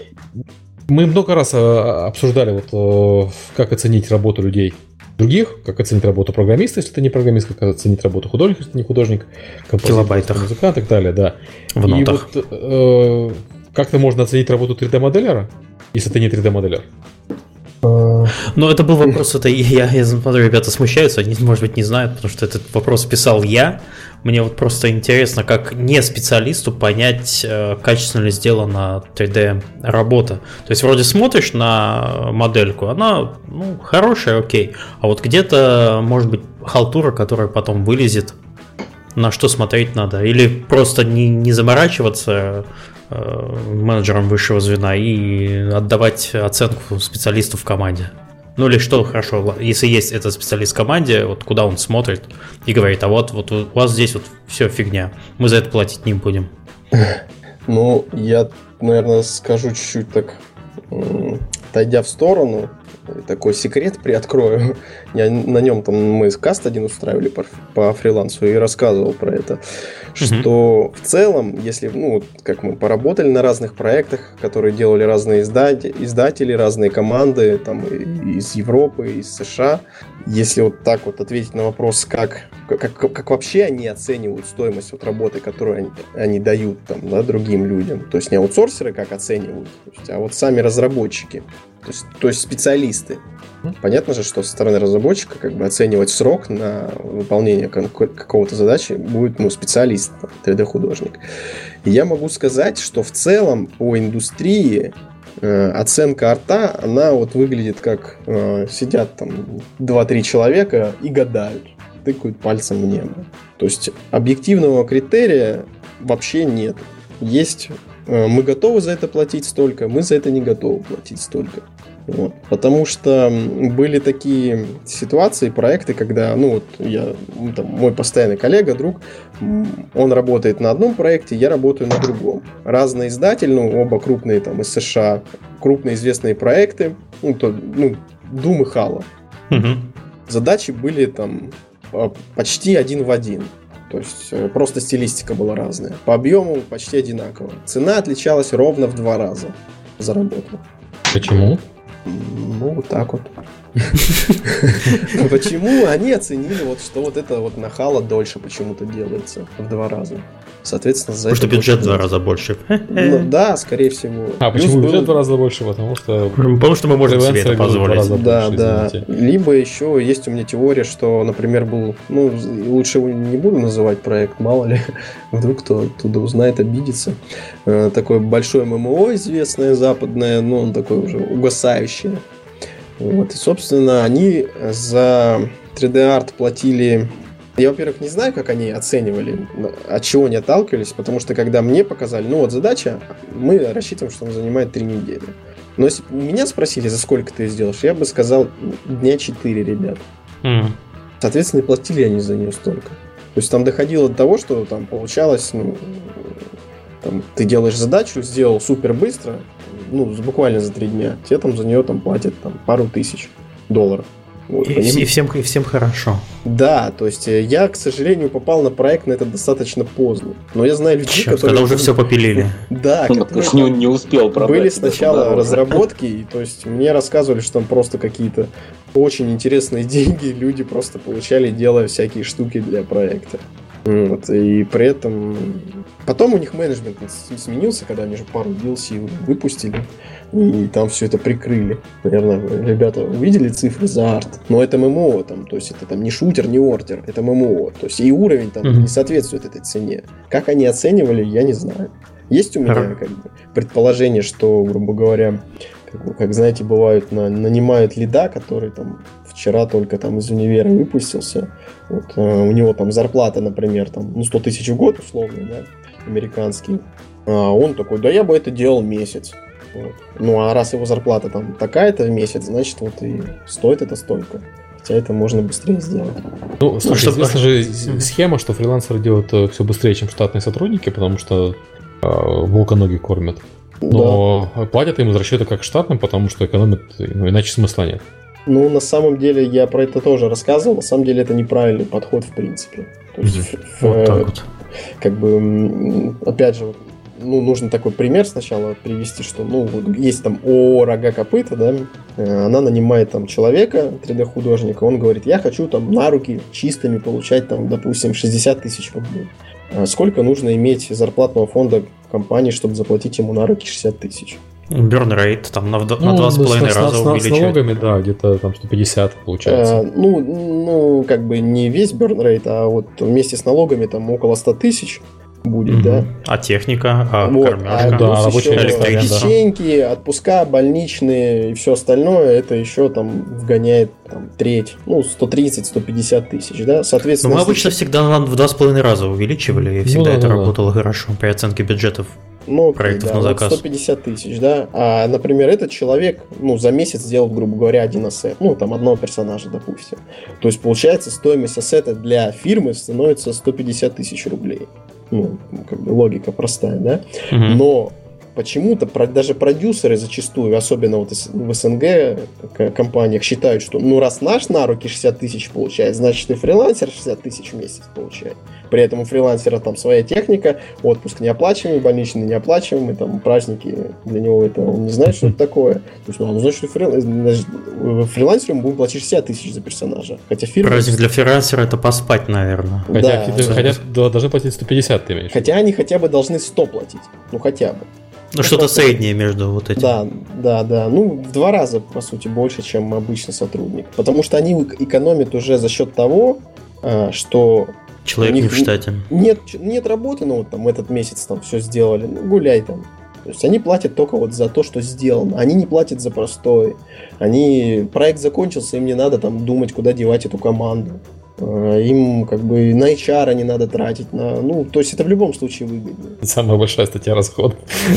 Мы много раз э, обсуждали, вот, э, как оценить работу людей других, как оценить работу программиста, если ты не программист, как оценить работу художника, если ты не художник, композитор, музыкант и так далее, да. В и нотах. Вот, э, как-то можно оценить работу три дэ-моделлера, если ты не три дэ-моделлер? Ну, это был вопрос, это я, я смотрю, ребята смущаются, они, может быть, не знают, потому что этот вопрос писал я. Мне вот просто интересно, как не специалисту понять, качественно ли сделана три дэ-работа. То есть, вроде смотришь на модельку, она, ну, хорошая, окей, а вот где-то, может быть, халтура, которая потом вылезет, на что смотреть надо, или просто не, не заморачиваться менеджером высшего звена и отдавать оценку специалисту в команде. Ну или что хорошо, если есть этот специалист в команде, вот куда он смотрит и говорит, а вот, вот у вас здесь вот все фигня, мы за это платить не будем. Ну, я, наверное, скажу чуть-чуть так, отойдя в сторону, такой секрет приоткрою. Я на нем там мы каст один устраивали по, по фрилансу и рассказывал про это, mm-hmm. что в целом, если, ну, как мы поработали на разных проектах, которые делали разные издатели, издатели разные команды, там, из Европы, из США, если вот так вот ответить на вопрос, как, как, как вообще они оценивают стоимость вот работы, которую они, они дают там, да, другим людям, то есть не аутсорсеры как оценивают, то есть, а вот сами разработчики. То есть, то есть специалисты. Понятно же, что со стороны разработчика как бы оценивать срок на выполнение какого-то задачи будет, ну, специалист, три дэ-художник. И я могу сказать, что в целом по индустрии э, оценка арта, она вот выглядит как э, сидят там два-три человека и гадают, тыкают пальцем в небо. То есть объективного критерия вообще нет. Есть... Мы готовы за это платить столько, мы за это не готовы платить столько. Вот. Потому что были такие ситуации, проекты, когда, ну вот я, там, мой постоянный коллега, друг, он работает на одном проекте, я работаю на другом. Разный издатель, ну оба крупные там из США, крупные известные проекты, ну, то, ну Doom и Halo. Mm-hmm. Задачи были там почти один в один. То есть просто стилистика была разная. По объему почти одинаково. Цена отличалась ровно в два раза за работу. Почему? Ну, вот так вот. Почему они оценили, вот, что вот это вот нахало дольше почему-то делается в два раза? Соответственно, за Потому что бюджет в два раза больше. Ну, да, скорее всего. А Плюс почему был... бюджет в два раза больше? Потому что... Потому что мы можем себе это позволить. Да, больше, да. извините. Либо еще есть у меня теория, что, например, был... Ну, лучше его не буду называть проект, мало ли. Вдруг кто оттуда узнает, обидится. Такое большое ММО известное, западное, но он такой уже угасающий. Вот. И, собственно, они за три дэ-арт платили... Я, во-первых, не знаю, как они оценивали, от чего они отталкивались, потому что когда мне показали, ну вот задача, мы рассчитываем, что она занимает три недели. Но если бы меня спросили, за сколько ты сделаешь, я бы сказал, дня четыре, ребят. Mm. Соответственно, и платили они за нее столько. То есть там доходило до того, что там получалось, ну, там, ты делаешь задачу, сделал супер быстро, ну, буквально за три дня, тебе там за нее там платят там, пару тысяч долларов. Вот, и, и, всем, и всем хорошо. Да, то есть я, к сожалению, попал на проект на это достаточно поздно. Но я знаю людей, Черт, которые... когда уже все попилили. Да, ну, не, не успел продать. Были сначала разработки, и то есть мне рассказывали, что там просто какие-то очень интересные деньги люди просто получали, делая всякие штуки для проекта. Вот, и при этом... Потом у них менеджмент сменился, когда они же пару ди эл си выпустили, и там все это прикрыли. Наверное, ребята увидели цифры за арт, но это ММО, там, то есть это там не шутер, не ордер, это ММО. То есть и уровень там mm-hmm. не соответствует этой цене. Как они оценивали, я не знаю. Есть у меня как бы, предположение, что, грубо говоря, как, как знаете, бывают, на, нанимают лида, который там вчера только там из универа выпустился. Вот, э, у него там зарплата, например, там, ну, сто тысяч в год, условно, да, американский. А он такой, да я бы это делал месяц. Вот. Ну, а раз его зарплата там такая-то в месяц, значит, вот и стоит это столько. Хотя это можно быстрее сделать. Ну, слушай, ну, известна же схема, что фрилансеры делают все быстрее, чем штатные сотрудники, потому что э, волка ноги кормят. Но да. платят им из расчета как штатным, потому что экономят, ну, иначе смысла нет. Ну, на самом деле, я про это тоже рассказывал. На самом деле, это неправильный подход, в принципе. То есть, mm-hmm. в, вот так вот. Как бы, опять же, ну, нужно такой пример сначала привести, что, ну, есть там ООО «Рога копыта», да, она нанимает там человека, три дэ-художника, он говорит, я хочу там на руки чистыми получать там, допустим, шестьдесят тысяч рублей. А сколько нужно иметь зарплатного фонда компании, чтобы заплатить ему на руки шестьдесят тысяч? Burn rate там на, в, ну, на два с половиной раза с, увеличивать. С налогами, да, где-то там сто пятьдесят получается. А, ну, ну, как бы не весь burn rate, а вот вместе с налогами там около сто тысяч будет, угу. да. А техника, а вот, кормежка, а да, рабочие электричество, печеньки, отпуска, больничные и все остальное, это еще там вгоняет там, треть, ну, сто тридцать - сто пятьдесят тысяч, да, соответственно. Но мы обычно если... всегда в два с половиной раза увеличивали, и всегда ну, это да, работало да. хорошо при оценке бюджетов. Ну, проектов да, на заказ. Вот сто пятьдесят тысяч, да. А, например, этот человек, ну, за месяц сделал, грубо говоря, один ассет. Ну, там, одного персонажа, допустим. То есть, получается, стоимость ассета для фирмы становится сто пятьдесят тысяч рублей. Ну, как бы логика простая, да. Угу. Но почему-то даже продюсеры зачастую, особенно вот в СНГ компаниях, считают, что, ну, раз наш на руки шестьдесят тысяч получает, значит, и фрилансер шестьдесят тысяч в месяц получает. При этом у фрилансера там своя техника, отпуск неоплачиваемый, больничный неоплачиваемый, там праздники для него это он не знает, что это такое. То есть, ну, он знает, что фрилансеру мы будем платить шестьдесят тысяч за персонажа. Хотя фирма... Праздник для фрилансера это поспать, наверное. Хотя, да. хотя должны платить сто пятьдесят, ты имеешь. Хотя они хотя бы должны сто платить. Ну, хотя бы. Ну, что-то среднее между вот этим. Да, да, да. Ну, в два раза, по сути, больше, чем обычный сотрудник. Потому что они экономят уже за счет того, что... Человек не в штате. Нет, нет работы, ну, вот там этот месяц там все сделали, ну, гуляй там. То есть они платят только вот за то, что сделано. Они не платят за простой. Они... Проект закончился, им не надо там думать, куда девать эту команду. Им как бы на эйч ар не надо тратить. На... Ну, то есть это в любом случае выгодно. Самая большая статья расходов.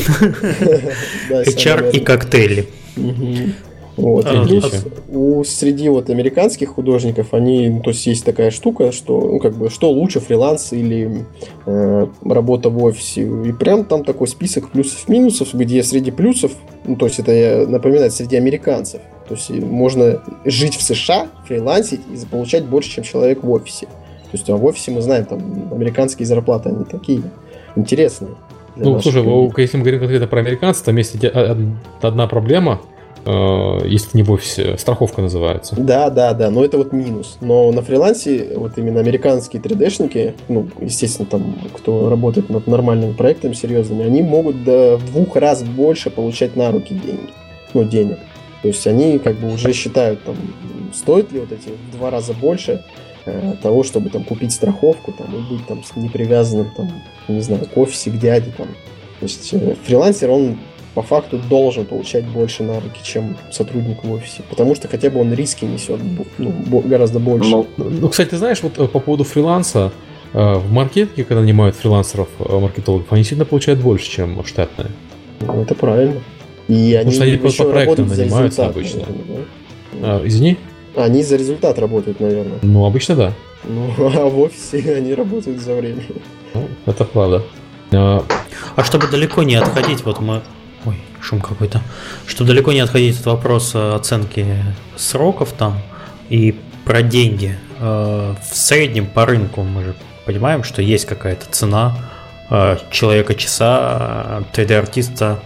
эйч ар и коктейли. Вот. А, и плюс у, среди вот американских художников они, ну, то есть есть такая штука, что, ну, как бы, что лучше, фриланс или э, работа в офисе. И прям там такой список плюсов-минусов, где среди плюсов, ну, то есть это напоминает среди американцев. То есть можно жить в США, фрилансить и получать больше, чем человек в офисе. То есть а в офисе мы знаем, там американские зарплаты, они такие интересные. Ну, слушай, людей. Если мы говорим конкретно про американцев, там есть одна проблема. если не в офисе, страховка называется. Да, да, да, но это вот минус. Но на фрилансе вот именно американские три дэ-шники, ну, естественно, там, кто работает над нормальными проектами серьезными, они могут до двух раз больше получать на руки деньги, ну, денег. То есть они как бы уже считают, там, стоит ли вот эти в два раза больше э, того, чтобы там купить страховку, там, и быть там непривязанным, там, не знаю, к офисе, к дяде, там. То есть э, фрилансер, он по факту должен получать больше на руки, чем сотрудник в офисе, потому что хотя бы он риски несет, ну, гораздо больше. Ну, ну, кстати, ты знаешь, вот по поводу фриланса, э, в маркетинге, когда нанимают фрилансеров, э, маркетологов, они сильно получают больше, чем штатные. Ну, это правильно. И они, они по, по проектам нанимаются результат, обычно. Наверное, да? а, извини? Они за результат работают, наверное. Ну, обычно да. Ну, а в офисе они работают за время. Ну, это правда. А, а чтобы далеко не отходить, вот мы... Ой, шум какой-то. Чтобы далеко не отходить от вопроса оценки сроков там и про деньги. В среднем по рынку мы же понимаем, что есть какая-то цена человека-часа, три дэ-артиста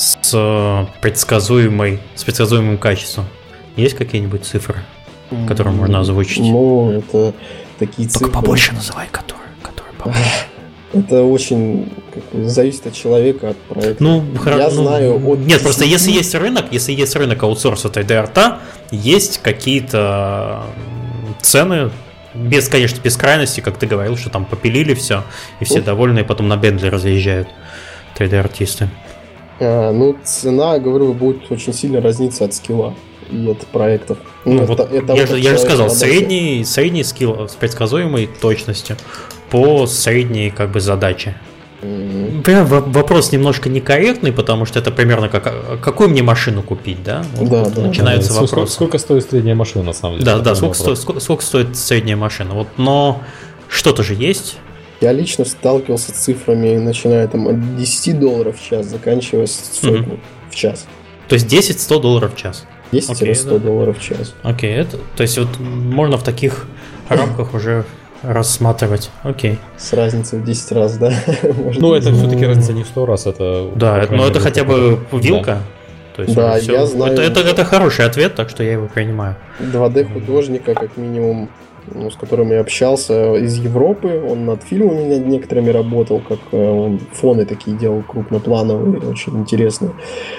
с предсказуемой, с предсказуемым качеством. Есть какие-нибудь цифры, которые mm-hmm. можно озвучить? Ну, это такие Только цифры... Только побольше называй, которые, которые побольше. Это очень как бы, зависит от человека, от проекта. Ну, я ну, знаю от Нет, десяти... просто если есть рынок, если есть рынок аутсорса три дэ-арта, есть какие-то цены, без, конечно, без крайности, как ты говорил, что там попилили все, и все довольны, и потом на Бентли разъезжают три дэ-артисты. А, ну, цена, говорю, будет очень сильно разниться от скилла и от проектов. Ну, ну, вот это, я, это же, я же сказал, средний, средний скилл с предсказуемой точностью по средней как бы задаче. Mm-hmm. Прям вопрос немножко некорректный, потому что это примерно как какую мне машину купить, да? Вот да, да. Начинаются да, вопросы. Сколько, сколько стоит средняя машина, на самом деле? Да, да, сколько стоит, сколько, сколько стоит средняя машина. Вот, но что-то же есть. Я лично сталкивался с цифрами, начиная там от десяти долларов в час, заканчивая сотней mm-hmm. в час. То есть десять-сто долларов в час. десять-сто долларов в час. Окей, это, то есть вот можно в таких рамках уже рассматривать. Окей. С разницей в десять раз, да? Ну, это все-таки разница не в сто раз, это... Да, но это хотя бы вилка. То есть да, все... я знаю... Это, это, это хороший ответ, так что я его принимаю. два дэ-художника, как минимум, ну, с которым я общался, из Европы. Он над фильмами над некоторыми работал, как он фоны такие делал крупноплановые, очень интересные.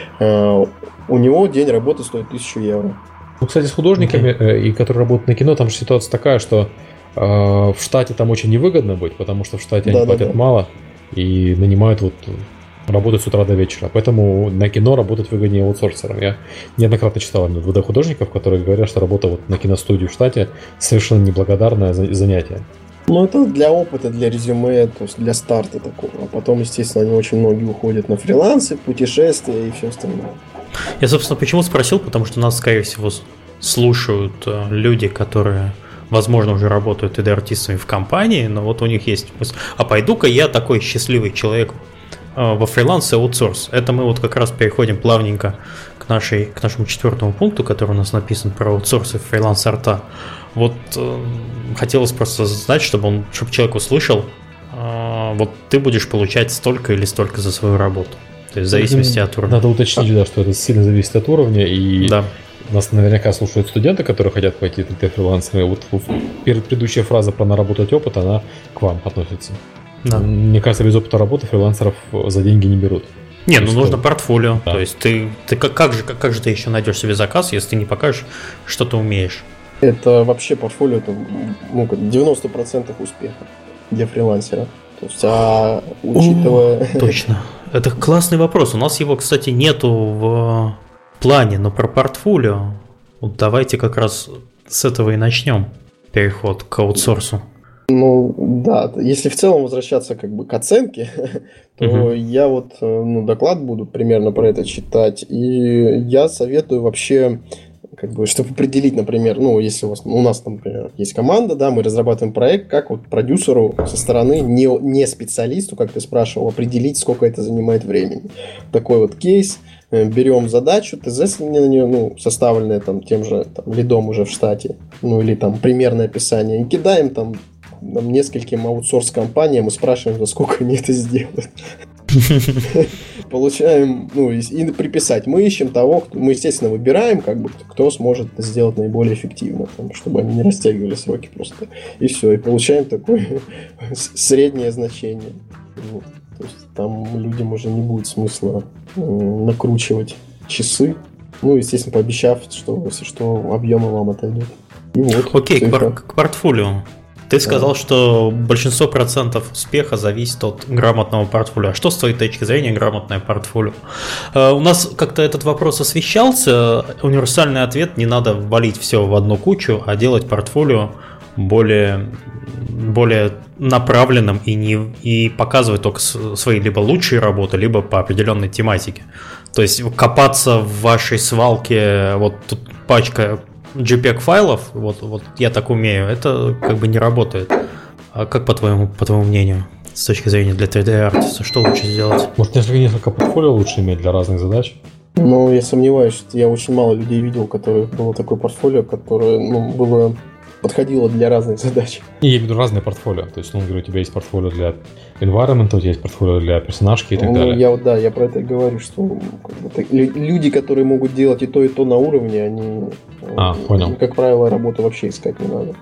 У него день работы стоит тысячу евро. Ну, кстати, с художниками, okay. и которые работают на кино, там же ситуация такая, что э, в штате там очень невыгодно быть, потому что в штате да, они да, платят да. мало и нанимают вот работать с утра до вечера. Поэтому на кино работать выгоднее аутсорсером. Я неоднократно читал именно два дэ-художников, которые говорят, что работа вот на киностудии в штате совершенно неблагодарное занятие. Ну, это для опыта, для резюме, то есть для старта такого. А потом, естественно, они очень многие уходят на фрилансы, путешествия и все остальное. Я, собственно, почему спросил, потому что нас, скорее всего, слушают люди, которые, возможно, уже работают три дэ-артистами в компании, но вот у них есть мысль, а пойду-ка я такой счастливый человек во фриланс и аутсорс. Это мы вот как раз переходим плавненько к, нашей, к нашему четвертому пункту, который у нас написан про аутсорс и фриланс-арта. Вот э, хотелось просто знать, чтобы, он, чтобы человек услышал, э, вот ты будешь получать столько или столько за свою работу. То есть в зависимости от уровня. Надо уточнить, да, что это сильно зависит от уровня. И да. Нас наверняка слушают студенты, которые хотят пойти в фрилансеры. Вот предыдущая фраза про наработать опыт, она к вам относится. Да. Мне кажется, без опыта работы фрилансеров за деньги не берут. Не, ну нужно портфолио. Да. То есть ты, ты как, как, же, как, как же ты еще найдешь себе заказ, если ты не покажешь, что ты умеешь? Это вообще портфолио, это ну, девяносто процентов успеха для фрилансера. То есть, а учитывая... О, точно. Это классный вопрос. У нас его, кстати, нету в плане, но про портфолио. Вот давайте как раз с этого и начнем. Переход к аутсорсу. Ну, да, если в целом возвращаться как бы к оценке, то uh-huh. я вот ну, доклад буду примерно про это читать, и я советую вообще, как бы, чтобы определить, например, ну, если у, вас, у нас, например, есть команда, да, мы разрабатываем проект, как вот продюсеру со стороны, не, не специалисту, как ты спрашивал, определить, сколько это занимает времени. Такой вот кейс. Берем задачу, ТЗ на нее, ну, составленное там тем же там, лидом уже в штате, ну, или там примерное описание, и кидаем там нескольким аутсорс-компаниям и спрашиваем, за сколько они это сделают. Получаем, ну, и приписать. Мы ищем того, кто, мы, естественно, выбираем, как бы, кто сможет это сделать наиболее эффективно, там, чтобы они не растягивали сроки просто. И все, и получаем такое среднее значение. Вот. То есть там людям уже не будет смысла э, накручивать часы. Ну, естественно, пообещав, что, если что, объемы вам отойдут. И вот. Окей, к, пор- к портфолио. Ты сказал, да. что большинство процентов успеха зависит от грамотного портфолио. А что с твоей точки зрения грамотное портфолио? Uh, у нас как-то этот вопрос освещался. Универсальный ответ: не надо валить все в одну кучу, а делать портфолио более, более направленным и, не, и показывать только свои либо лучшие работы, либо по определенной тематике. То есть копаться в вашей свалке, вот тут пачка JPEG файлов, вот, вот я так умею, это как бы не работает. А как по твоему, по твоему мнению, с точки зрения для три дэ-артиста, что лучше сделать? Может, несколько, несколько портфолио лучше иметь для разных задач? Ну, я сомневаюсь, что я очень мало людей видел, у которых было такое портфолио, которое, ну, было, подходило для разных задач. И я имею в виду разные портфолио. То есть, ну, говорю, у тебя есть портфолио для environment, у тебя есть портфолио для персонажки и так ну, далее. Я, да, я про это и говорю, что как бы, так, люди, которые могут делать и то, и то на уровне, они, а, понял. Как правило, работу вообще искать не надо.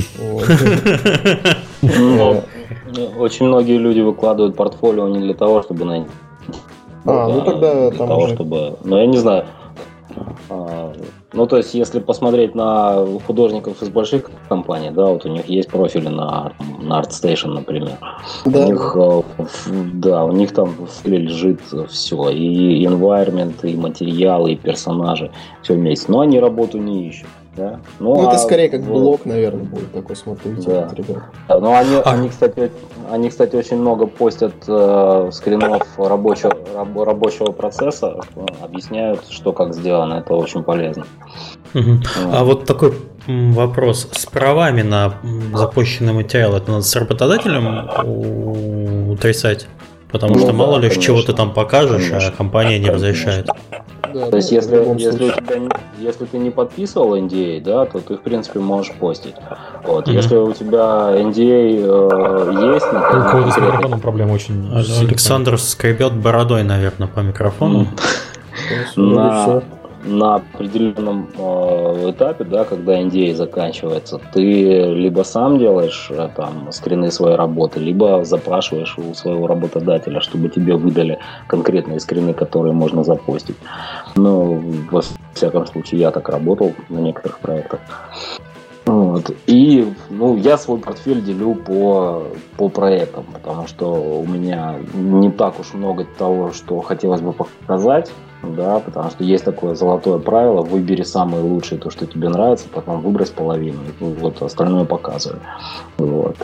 Очень многие люди выкладывают портфолио не для того, чтобы найти. А, ну тогда для того, чтобы. Но я не знаю. Ну, то есть, если посмотреть на художников из больших компаний, да, вот у них есть профили на, на ArtStation, например. Да. У них, да, у них там в стиле лежит все. И environment, и материалы, и персонажи. Все вместе. Но они работу не ищут. Да? Ну, ну, а это скорее как вот, блог, наверное, будет такой, смотрите, да. вот, ребят. Да, но они, а. они, кстати, они, кстати, очень много постят э, скринов рабочего, раб, рабочего процесса, э, объясняют, что как сделано, это очень полезно. Угу. А. а вот такой вопрос. С правами на запущенный материал, это надо с работодателем утрясать? Потому ну, что да, мало ли, чего ты там покажешь, конечно. А компания не конечно. Разрешает. Да, то есть, да, если, если, у тебя, если ты не подписывал эн ди эй, да, то ты, в принципе, можешь постить. Вот. Mm-hmm. Если у тебя эн ди эй э, есть... У кого-то с микрофоном проблема очень... Александр скребет бородой, наверное, по микрофону. На... на определенном э, этапе, да, когда эн ди эй заканчивается, ты либо сам делаешь э, там скрины своей работы, либо запрашиваешь у своего работодателя, чтобы тебе выдали конкретные скрины, которые можно запостить. Ну, во всяком случае, я так работал на некоторых проектах. Вот. И ну, я свой портфель делю по, по проектам, потому что у меня не так уж много того, что хотелось бы показать. Да, потому что есть такое золотое правило: выбери самое лучшее, то, что тебе нравится, потом выбрось половину, и вот остальное показывай. Вот.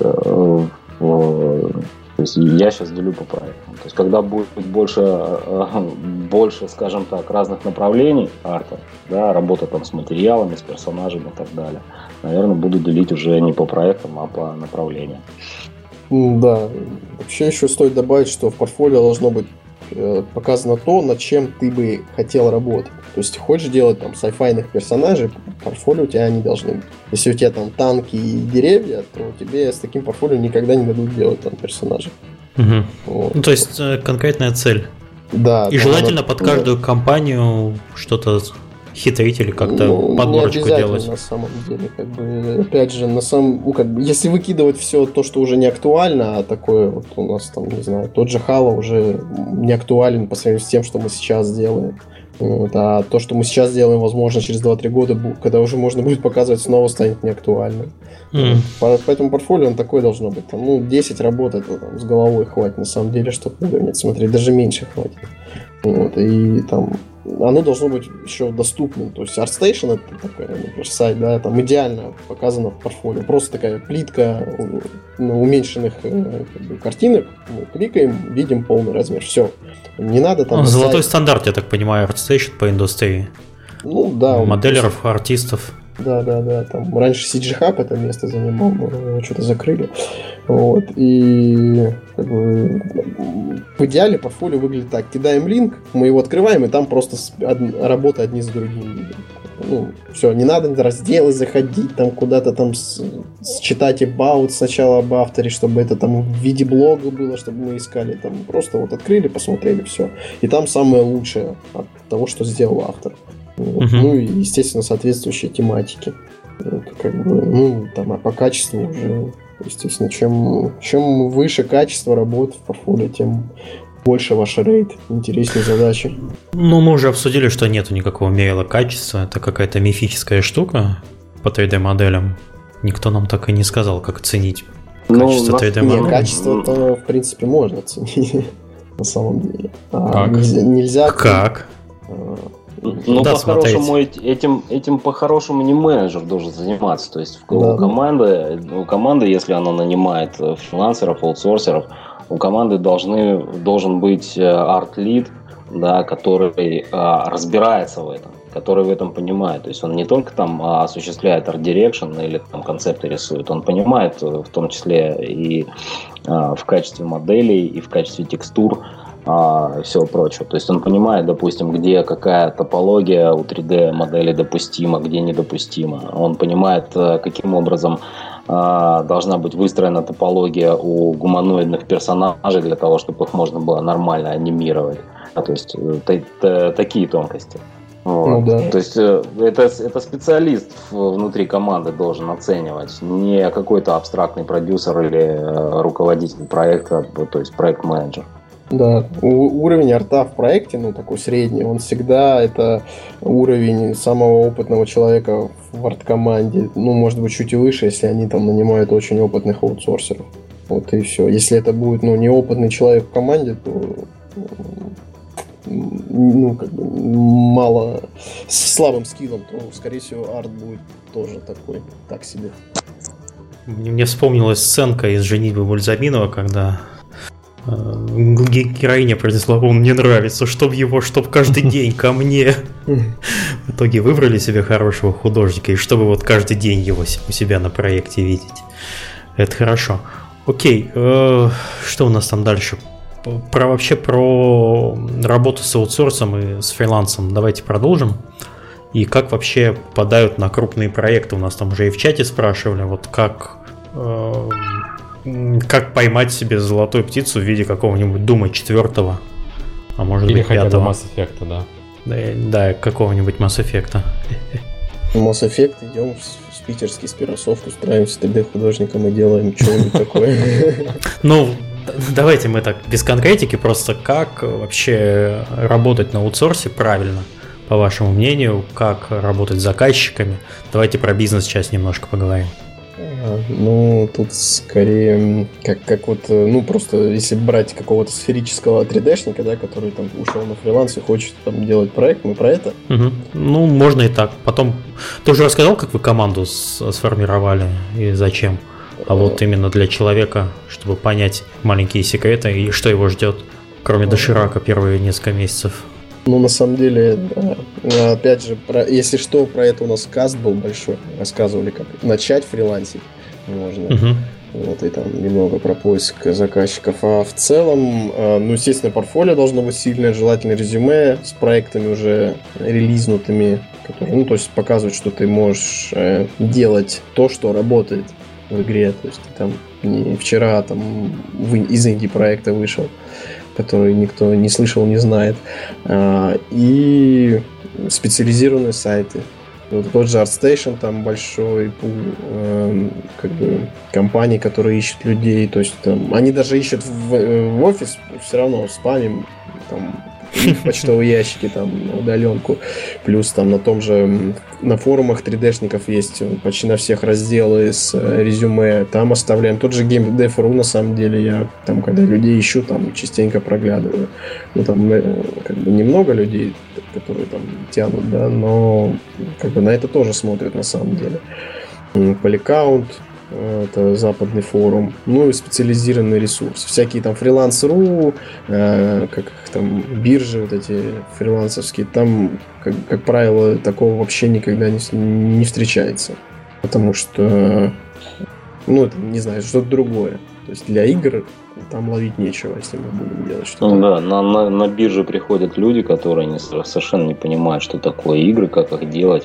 То есть я сейчас делю по проектам. То есть когда будет больше, больше, скажем так, разных направлений арта, да, работа там с материалами, с персонажами и так далее, наверное, буду делить уже не по проектам, а по направлениям. Да. Вообще еще стоит добавить, что в портфолио должно быть показано то, над чем ты бы хотел работать. То есть, хочешь делать там сайфайных персонажей, портфолио у тебя не должны быть. Если у тебя там танки и деревья, то тебе с таким портфолио никогда не дадут делать там персонажей. Угу. Вот. Ну, то есть, конкретная цель. Да. И желательно под каждую да. компанию что-то хитрить или как-то ну, подборочку не делать. На самом деле, как бы, опять же, на самом, ну, как бы, если выкидывать все то, что уже не актуально, а такое вот у нас там, не знаю, тот же Halo уже не актуален по сравнению с тем, что мы сейчас делаем. Вот, а то, что мы сейчас делаем, возможно, через два-три года, когда уже можно будет показывать, снова станет неактуальным. Mm. Вот. Поэтому портфолио он такое должно быть. Там, ну, десять работ это там, с головой хватит, на самом деле, чтобы уровнять, смотреть, даже меньше хватит. Вот, и там оно должно быть еще доступным. То есть ArtStation это такой, например, сайт, да, там идеально показано в портфолио. Просто такая плитка ну, уменьшенных как бы, картинок. Мы кликаем, видим полный размер. Все. Не надо там... Золотой сайт... стандарт, я так понимаю, ArtStation по индустрии. Ну да. Моделеров, он... артистов. Да, да, да. Там раньше си джи Hub это место занимал, но что-то закрыли. Вот. И как бы, в идеале портфолио выглядит так. Кидаем линк, мы его открываем, и там просто од... работы одни за другими. ну, все, не надо в разделы заходить, там куда-то там с, читать about сначала об авторе, чтобы это там в виде блога было, чтобы мы искали, там просто вот открыли, посмотрели, все. И там самое лучшее от того, что сделал автор. Вот. Uh-huh. Ну и, естественно, соответствующие тематики. Вот, как бы, ну, там, а по качеству уже, естественно, чем, чем выше качество работы в портфолио, тем больше ваш рейт, интереснее задачи. Ну, мы уже обсудили, что нету никакого мерила качества. Это какая-то мифическая штука по три дэ-моделям. Никто нам так и не сказал, как оценить качество ну, три дэ-моделей. Нет, качество-то, в принципе, можно оценить на самом деле. А нельзя, нельзя... Как? Ну, да, по-хорошему, этим, этим по-хорошему не менеджер должен заниматься. То есть да. у, команды, у команды, если она нанимает фрилансеров, аутсорсеров, у команды должны, должен быть арт-лид, да, который а, разбирается в этом, который в этом понимает. То есть он не только там а, осуществляет арт-дирекшн или там концепты рисует, он понимает в том числе и а, в качестве моделей, и в качестве текстур, а, всего прочего. То есть он понимает, допустим, где какая топология у три дэ-модели допустима, где недопустима. Он понимает, каким образом должна быть выстроена топология у гуманоидных персонажей для того, чтобы их можно было нормально анимировать. А, то есть т- т- такие тонкости. Вот. Ну, да. То есть это, это специалист внутри команды должен оценивать, не какой-то абстрактный продюсер или руководитель проекта, то есть проект-менеджер. Да, у- уровень арта в проекте, ну, такой средний, он всегда это уровень самого опытного человека в арт-команде, ну, может быть, чуть и выше, если они там нанимают очень опытных аутсорсеров. Вот и все. Если это будет, ну, неопытный человек в команде, то, ну, как бы, мало, с слабым скиллом, то, скорее всего, арт будет тоже такой, так себе. Мне вспомнилась сценка из «Женитьбы Бальзаминова», когда героиня произнесла: он мне нравится, чтоб его, чтоб каждый день ко мне. В итоге выбрали себе хорошего художника, и чтобы вот каждый день его у себя на проекте видеть. Это хорошо. Окей, э, что у нас там дальше? Про вообще про работу с аутсорсом и с фрилансом давайте продолжим. И как вообще попадают на крупные проекты? У нас там уже и в чате спрашивали, вот как... Э, Как поймать себе золотую птицу в виде какого-нибудь Дума четвертого, а может Или быть хотя бы пятого. Mass Effect, да. Да, да, какого-нибудь Mass Effect. Mass Effect, идем в, в питерский Спирософт, устраиваемся три дэ-художником и делаем что-нибудь такое. Ну, давайте мы так без конкретики, просто как вообще работать на аутсорсе правильно, по вашему мнению, как работать с заказчиками. Давайте про бизнес-часть немножко поговорим. Ну, тут скорее, как, как вот, ну, просто если брать какого-то сферического три дэ-шника, да, который там ушел на фриланс и хочет там делать проект, мы про это? Угу. Ну, можно и так. Потом, ты уже рассказал, как вы команду с- сформировали и зачем? А вот именно для человека, чтобы понять маленькие секреты и что его ждет, кроме доширака первые несколько месяцев. Ну, на самом деле, да. Опять же, про, если что, про это у нас каст был большой. Рассказывали, как начать фрилансить можно. Угу. Вот, и там немного про поиск заказчиков. А в целом, ну, естественно, портфолио должно быть сильное, желательно резюме с проектами уже релизнутыми, которые, ну, то есть показывают, что ты можешь э, делать то, что работает в игре. То есть ты там не вчера там из инди-проекта вышел, который никто не слышал, не знает. И специализированные сайты. Вот тот же ArtStation, там большой пул э, как бы, компаний, которые ищут людей. То есть там, они даже ищут в, в офис, все равно спамим там почтовые ящики, там, на удаленку. Плюс там на том же, на форумах три дэ-шников есть почти на всех разделы с резюме. Там оставляем. Тот же GameDev точка ру, на самом деле, я там, когда людей ищу, там частенько проглядываю. Ну, там как бы немного людей, которые там тянут, да, но как бы на это тоже смотрят на самом деле. Polycount, это западный форум, ну и специализированный ресурс. Всякие там фриланс точка ру, э, как там биржи вот эти фрилансовские, там, как, как правило, такого вообще никогда не, не встречается. Потому что, ну, это, не знаю, что-то другое. То есть для игр там ловить нечего, если мы будем делать что-то. Ну да, на, на, на бирже приходят люди, которые не, совершенно не понимают, что такое игры, как их делать.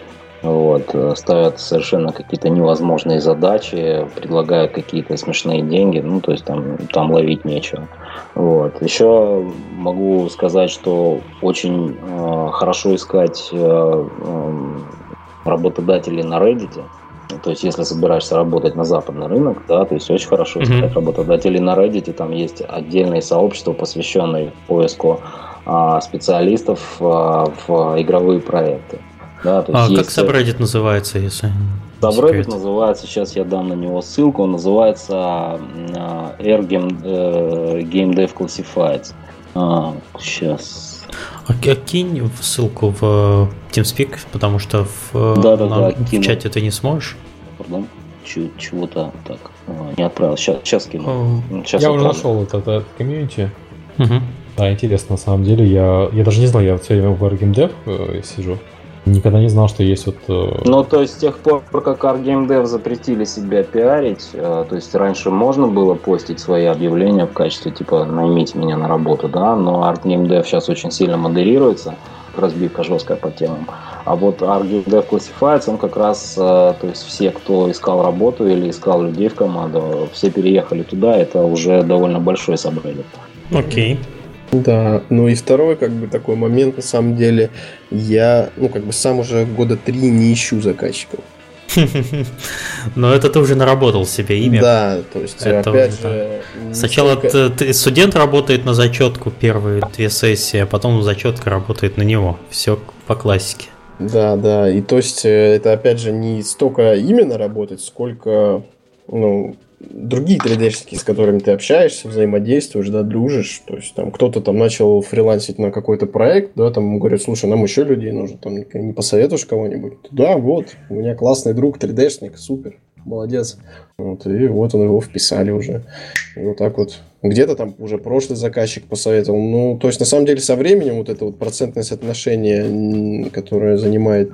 Вот, ставят совершенно какие-то невозможные задачи, предлагают какие-то смешные деньги, ну, то есть там, там ловить нечего. Вот. Еще могу сказать, что очень э, хорошо искать э, э, работодателей на Reddit. То есть, если собираешься работать на западный рынок, да, то есть очень хорошо искать mm-hmm. работодателей на Reddit. Там есть отдельные сообщества, посвященные поиску э, специалистов э, в игровые проекты. Да, то а есть как subreddit называется, если subreddit называется, сейчас я дам на него ссылку, он называется uh, Air Game, uh, Game Dev Classifieds. Uh, сейчас. А кинь ссылку в TeamSpeak, потому что в, да, да, да, в чате ты не сможешь. Пардон, чего-то так не отправил. Сейчас, сейчас кину. Сейчас я отправлю. уже нашел этот, этот комьюнити. Угу. Да, интересно, на самом деле. Я, я даже не знал, я все время в Air Game Dev э, сижу. Никогда не знал, что есть вот... Э... Ну, то есть, с тех пор, как ArtGameDev запретили себя пиарить, э, то есть, раньше можно было постить свои объявления в качестве, типа, наймите меня на работу, да, но ArtGameDev сейчас очень сильно модерируется, разбивка жесткая по темам. А вот ArtGameDev Classifieds, он как раз, э, то есть, все, кто искал работу или искал людей в команду, все переехали туда, это уже довольно большой subreddit. Окей. Okay. Да, ну и второй, как бы, такой момент, на самом деле, я, ну, как бы, сам уже года три не ищу заказчиков. Но это ты уже наработал себе имя. Да, то есть, это опять же... Да. Сначала столько... ты, студент работает на зачетку первые две сессии, а потом зачетка работает на него. Все по классике. Да, да, и то есть, это, опять же, не столько именно работать, сколько, ну... другие три дэ-шники, с которыми ты общаешься, взаимодействуешь, да, дружишь. То есть там кто-то там начал фрилансить на какой-то проект, да, там говорят, слушай, нам еще людей нужно, там не посоветуешь кого-нибудь? Да, вот, у меня классный друг, три дэ-шник, супер, молодец. Вот, и вот он его вписали уже. И вот так вот. Где-то там уже прошлый заказчик посоветовал. Ну, то есть, на самом деле, со временем вот это вот процентное соотношение, которое занимает...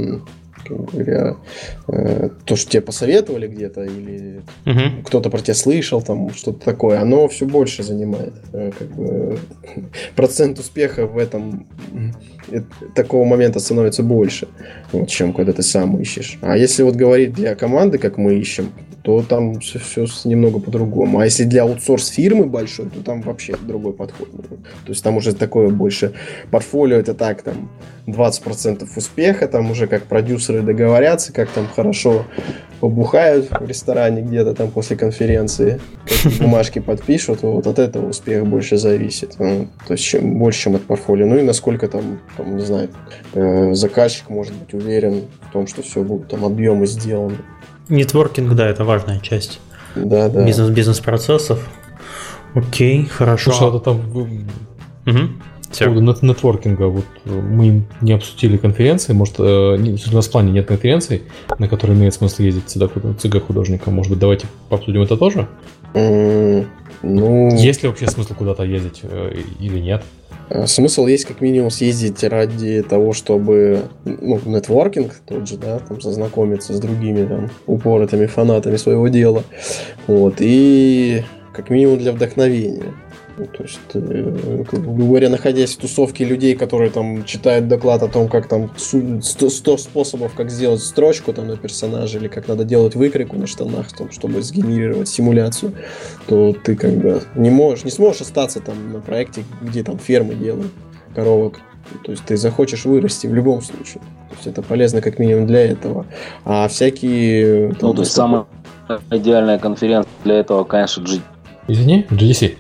как говоря, э, то, что тебе посоветовали где-то, или uh-huh. кто-то про тебя слышал, там что-то такое, оно все больше занимает. Э, как бы, процент успеха в этом э, такого момента становится больше, вот, чем когда ты сам ищешь. А если вот говорить для команды, как мы ищем, то там все, все немного по-другому. А если для аутсорс-фирмы большой, то там вообще другой подход. То есть там уже такое больше портфолио, это так, там двадцать процентов успеха, там уже как продюсеры договорятся, как там хорошо побухают в ресторане где-то там после конференции, бумажки подпишут, вот от этого успех больше зависит. Ну, то есть чем больше, чем от портфолио. Ну и насколько там, там не знаю, э, заказчик может быть уверен в том, что все будут там объемы сделаны. Нетворкинг, да, это важная часть да, да. Бизнес, бизнес-процессов. Окей, хорошо. Слушай, это там угу. по поводу нетворкинга, вот мы не обсудили конференции, может, у нас в плане нет конференций, на которые имеет смысл ездить ЦГ художника, может быть, давайте обсудим это тоже? Mm, ну... Есть ли вообще смысл куда-то ездить или нет? Смысл есть как минимум съездить ради того, чтобы, ну, нетворкинг тот же, да, там зазнакомиться с другими там упоротыми фанатами своего дела, вот, и как минимум для вдохновения. Ну, то есть, грубо говоря, находясь в тусовке людей, которые там читают доклад о том, как там сто способов, как сделать строчку там на персонаже, или как надо делать выкройку на штанах, там, чтобы сгенерировать симуляцию, то ты как бы не можешь, не сможешь остаться там на проекте, где там фермы делают коровок. То есть ты захочешь вырасти в любом случае. То есть это полезно как минимум для этого. А всякие... Там, ну, то есть самая идеальная конференция для этого, конечно, G... Извини, джи ди си.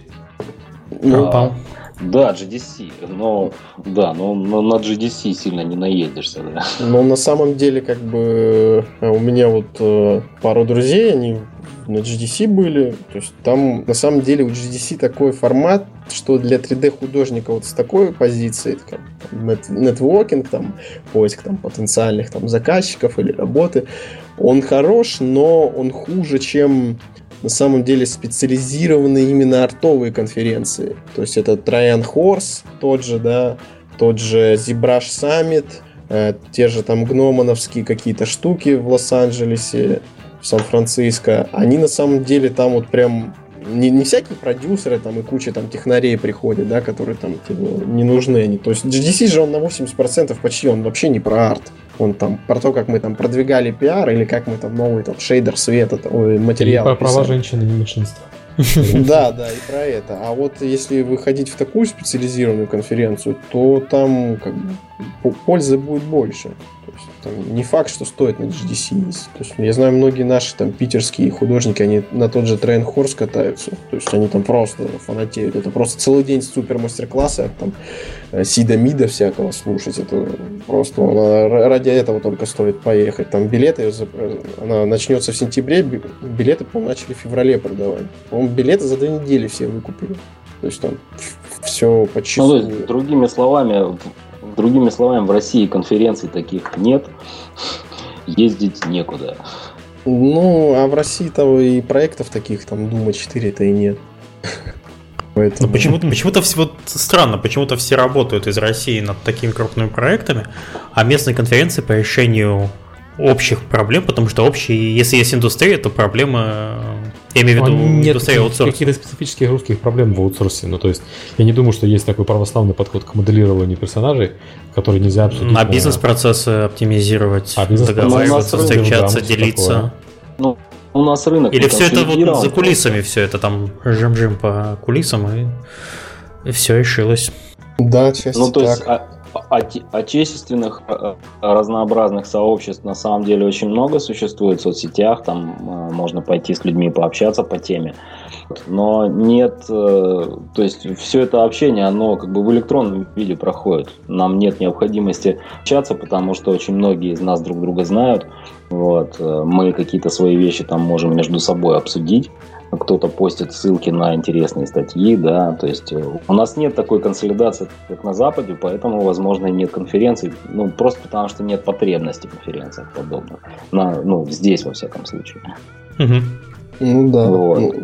Ну, а, да, джи ди си, но да, но, но на джи ди си сильно не наедешься, да. Но на самом деле, как бы, у меня вот э, пару друзей, они на джи ди си были, то есть там на самом деле у джи ди си такой формат, что для три дэ художника вот с такой позиции, как нет, нетворкинг, там, поиск там, потенциальных там, заказчиков или работы, он хорош, но он хуже, чем... на самом деле специализированные именно артовые конференции. То есть это Trojan Horse, тот же, да, тот же ZBrush Summit, э, те же там гномоновские какие-то штуки в Лос-Анджелесе, в Сан-Франциско. Они на самом деле там вот прям не, не всякие продюсеры там и куча там технарей приходят, да, которые там типа, не нужны они. То есть джи ди си же он на восемьдесят процентов почти, он вообще не про арт. Он там про то, как мы там продвигали пиар, или как мы там новый там шейдер света, ой, материал. И про права женщин и меньшинства. Да, да, и про это. А вот если выходить в такую специализированную конференцию, то там как бы пользы будет больше. То есть, там, не факт, что стоит на джи ди си ездить. То есть, я знаю, многие наши там питерские художники, они на тот же Train Horse катаются. То есть они там просто фанатеют. Это просто целый день супер мастер-класса, там Сида Мида всякого слушать. Это просто ради этого только стоит поехать. Там билеты, она начнется в сентябре, билеты, по-моему, начали в феврале продавать. По-моему, билеты за две недели все выкупили. То есть там все подчистую. Ну, то есть, другими словами, другими словами, в России конференций таких нет, ездить некуда. Ну, а в России-то и проектов таких, там, Дума четыре-то и нет. Поэтому... Ну, почему-то, почему-то вот странно, почему-то все работают из России над такими крупными проектами, а местные конференции по решению общих проблем, потому что общие, если есть индустрия, то проблема, я имею в виду индустрия аутсорса. Нет каких-то специфических русских проблем в аутсорсе. Ну, то есть, я не думаю, что есть такой православный подход к моделированию персонажей, который нельзя обсудить. А бизнес-процессы оптимизировать, а договариваться, встречаться, делиться. Ну, у нас рынок. Или все это вот за кулисами, все это там жим-жим по кулисам, и все решилось. Да, часто ну, то так. Есть, а, оте- отечественных разнообразных сообществ на самом деле очень много существует в соцсетях, там э, можно пойти с людьми пообщаться по теме, но нет, э, то есть все это общение, оно как бы в электронном виде проходит, нам нет необходимости общаться, потому что очень многие из нас друг друга знают, вот, э, мы какие-то свои вещи там можем между собой обсудить. Кто-то постит ссылки на интересные статьи, да, то есть у нас нет такой консолидации, как на Западе, поэтому, возможно, нет конференций, ну, просто потому что нет потребности в конференциях подобных, на, ну, здесь, во всяком случае. Угу. Ну, да. Вот. Ну,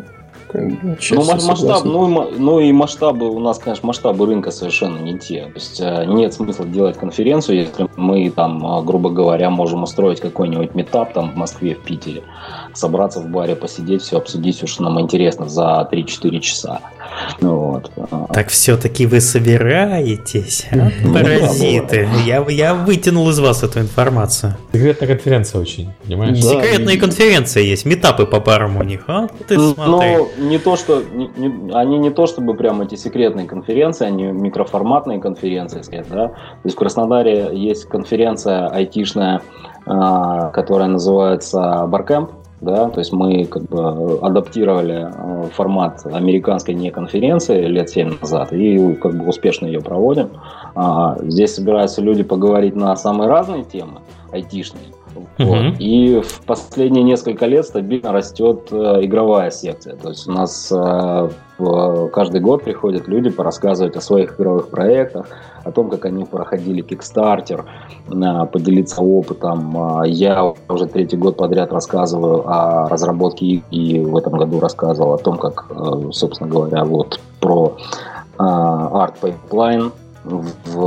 ну, масштаб, ну, ну и масштабы, у нас, конечно, масштабы рынка совершенно не те, то есть нет смысла делать конференцию, если мы там, грубо говоря, можем устроить какой-нибудь митап там в Москве, в Питере, собраться в баре, посидеть, все обсудить, все, что нам интересно, за три-четыре часа. Вот. Так все-таки вы собираетесь, а? Паразиты. Я, я вытянул из вас эту информацию. Секретная конференция очень, понимаешь? Да, секретные и... конференции есть, митапы по парам у них, а? Ты смотри. Ну, не то, что не, не, они не то, чтобы прям эти секретные конференции, они микроформатные конференции, да. То есть в Краснодаре есть конференция айтишная, которая называется Barcamp. Да, то есть мы как бы адаптировали формат американской неконференции лет семь назад и как бы успешно ее проводим. Здесь собираются люди поговорить на самые разные темы, айтишные. Uh-huh. Вот. И в последние несколько лет стабильно растет игровая секция. То есть у нас каждый год приходят люди порассказывать о своих игровых проектах, о том, как они проходили Kickstarter, поделиться опытом. Я уже третий год подряд рассказываю о разработке и в этом году рассказывал о том, как, собственно говоря, вот про Art Pipeline в,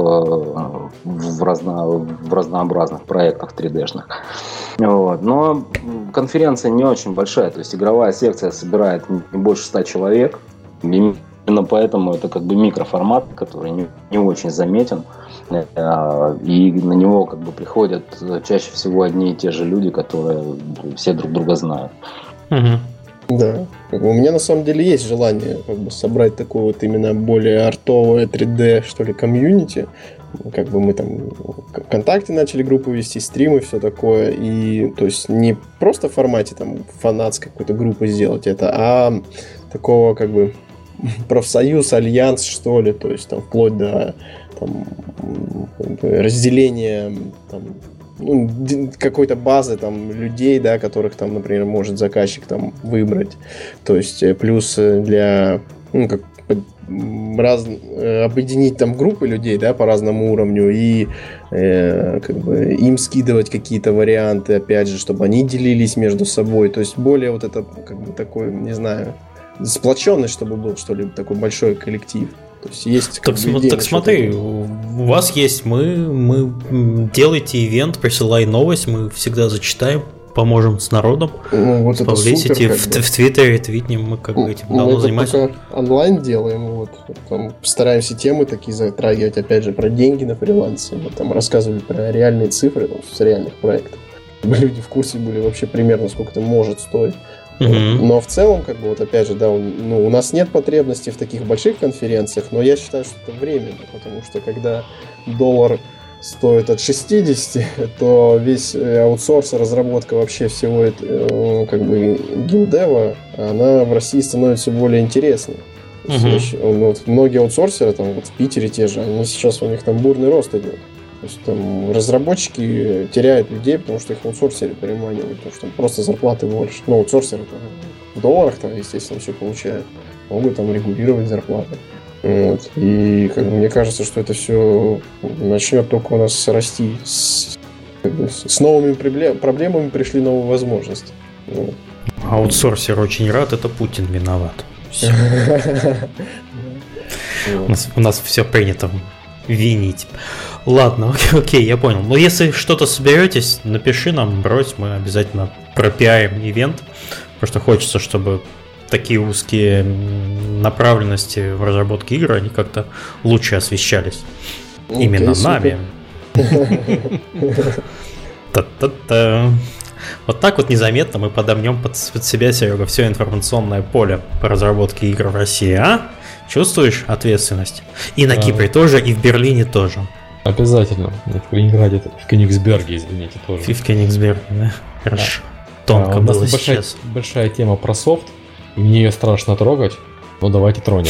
в, разно, в разнообразных проектах три дэ-шных. Вот. Но конференция не очень большая, то есть игровая секция собирает не больше ста человек. Именно поэтому это как бы микроформат, который не, не очень заметен. И на него как бы приходят чаще всего одни и те же люди, которые все друг друга знают. Угу. Да. У меня на самом деле есть желание как бы собрать такое вот именно более артовое три дэ, что ли, комьюнити. Как бы мы там ВКонтакте начали группу вести, стримы, все такое. И то есть не просто в формате там фанатской какой-то группы сделать это, а такого как бы профсоюз, альянс, что ли, то есть там вплоть до там, разделения там, ну, какой-то базы там людей, да, которых там, например, может заказчик там выбрать. То есть плюс для, ну, как раз, объединить там группы людей, да, по разному уровню и э, как бы им скидывать какие-то варианты, опять же, чтобы они делились между собой. То есть более вот это как бы такой, не знаю, сплоченность, чтобы был, что ли, такой большой коллектив. То есть есть так, см- так смотри, у вас есть мы, мы делайте ивент, присылай новость, мы всегда зачитаем, поможем с народом. Ну, вот это супер, в, в Твиттере твитнем, мы как бы этим мы давно это занимаемся. Онлайн делаем, вот, там стараемся темы такие затрагивать, опять же, про деньги на фрилансе, вот, там рассказывали про реальные цифры там, с реальных проектов, чтобы люди в курсе были вообще примерно, сколько это может стоить. Uh-huh. Но в целом, как бы, вот опять же, да, ну, у нас нет потребности в таких больших конференциях, но я считаю, что это временно, потому что когда доллар стоит от шестидесяти, то весь аутсорс, разработка вообще всего этого, как бы, геймдева, она в России становится более интересной. Uh-huh. Вот, многие аутсорсеры, там, вот в Питере те же, они сейчас, у них там бурный рост идет. То есть там разработчики теряют людей, потому что их аутсорсеры переманивают, потому что там просто зарплаты больше. Ну, аутсорсеры в долларах-то, естественно, все получают. Могут там регулировать зарплаты. Вот. И как бы, мне кажется, что это все начнет только у нас расти. С, как бы, с новыми проблемами пришли новые возможности. Вот. Аутсорсер очень рад, это Путин виноват. У нас все принято винить. Ладно, окей, окей, я понял. Но если что-то соберетесь, напиши нам, брось, мы обязательно пропиарим ивент. Потому что хочется, чтобы такие узкие направленности в разработке игр, они как-то лучше освещались. Okay, именно нами. Та-та-та. Вот так вот незаметно мы подомнем под себя, Серега, все информационное поле по разработке игр в России, а? Чувствуешь ответственность? И на а... Кипре тоже, и в Берлине тоже. Обязательно. В Калининграде, в Кенигсберге, извините, тоже. И в Кенигсберге, да? Хорошо. Да. Тонко а, было большая, сейчас. Большая тема про софт, и мне ее страшно трогать. Ну, давайте тронем.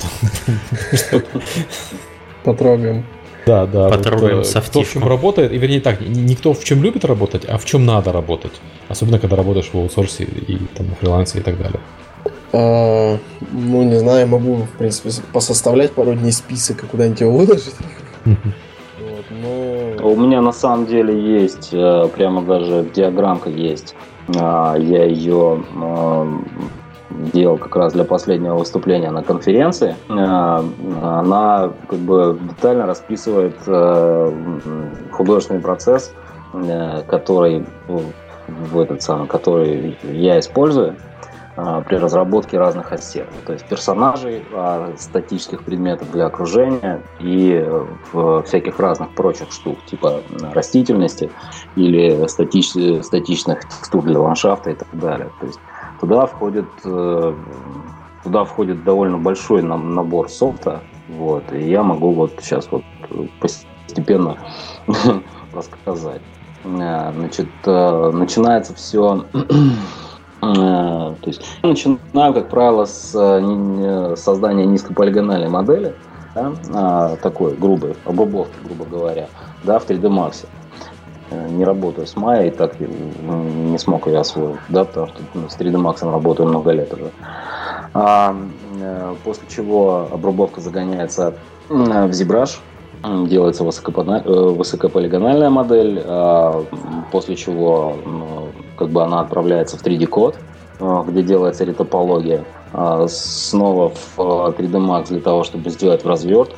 Потрогаем. Да, да. Потрогаем софтишку. Кто в чем работает, и вернее так, не кто в чем любит работать, а в чем надо работать. Особенно, когда работаешь в аутсорсе и там на фрилансе и так далее. А, ну, не знаю, могу, в принципе, посоставлять пару дней список и куда-нибудь его выложить. Вот, но... У меня на самом деле есть, прямо даже диаграммка есть. Я ее делал как раз для последнего выступления на конференции. Она как бы детально расписывает художественный процесс, который, в этот самый, который я использую при разработке разных ассетов, то есть персонажей, статических предметов для окружения и всяких разных прочих штук, типа растительности или статич, статичных текстур для ландшафта и так далее. То есть туда входит, туда входит довольно большой набор софта, вот, и я могу вот сейчас вот постепенно рассказать. Значит, начинается все... То есть я начинаю, как правило, с создания низкополигональной модели, да, такой грубой обработки, грубо говоря, да, в три дэ Max. Не работаю с Maya, и так не смог ее освоить, да, потому что с три дэ Max работаю много лет уже. А, после чего обработка загоняется в ZBrush, делается высокополигональная модель, после чего как бы она отправляется в три дэ код, где делается ретопология, снова в три дэ Max для того, чтобы сделать в развертку,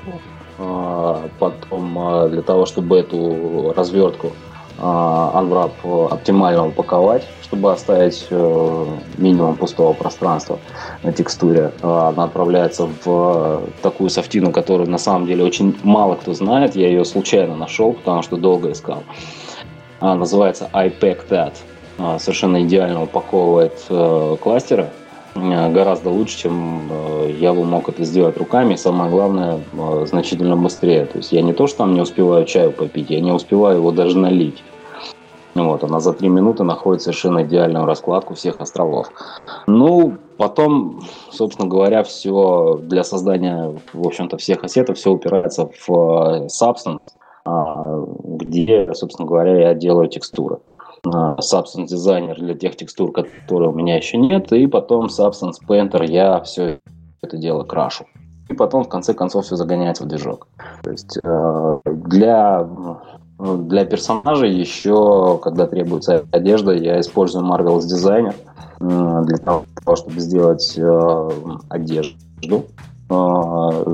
потом для того, чтобы эту развертку Unwrap оптимально упаковать, чтобы оставить минимум пустого пространства на текстуре. Она отправляется в такую софтину, которую на самом деле очень мало кто знает. Я ее случайно нашел, потому что долго искал. Она называется I Pack That. Совершенно идеально упаковывает кластеры. Гораздо лучше, чем я бы мог это сделать руками. И самое главное, значительно быстрее. То есть я не то, что там не успеваю чаю попить, я не успеваю его даже налить. Вот, она за три минуты находит совершенно идеальную раскладку всех островов. Ну, потом, собственно говоря, все для создания, в общем-то, всех ассетов, все упирается в Substance, где, собственно говоря, я делаю текстуры. Substance Designer для тех текстур, которые у меня еще нет, и потом Substance Painter я все это дело крашу. И потом, в конце концов, все загоняется в движок. То есть для, для персонажей еще, когда требуется одежда, я использую Marvelous Designer для того, чтобы сделать одежду.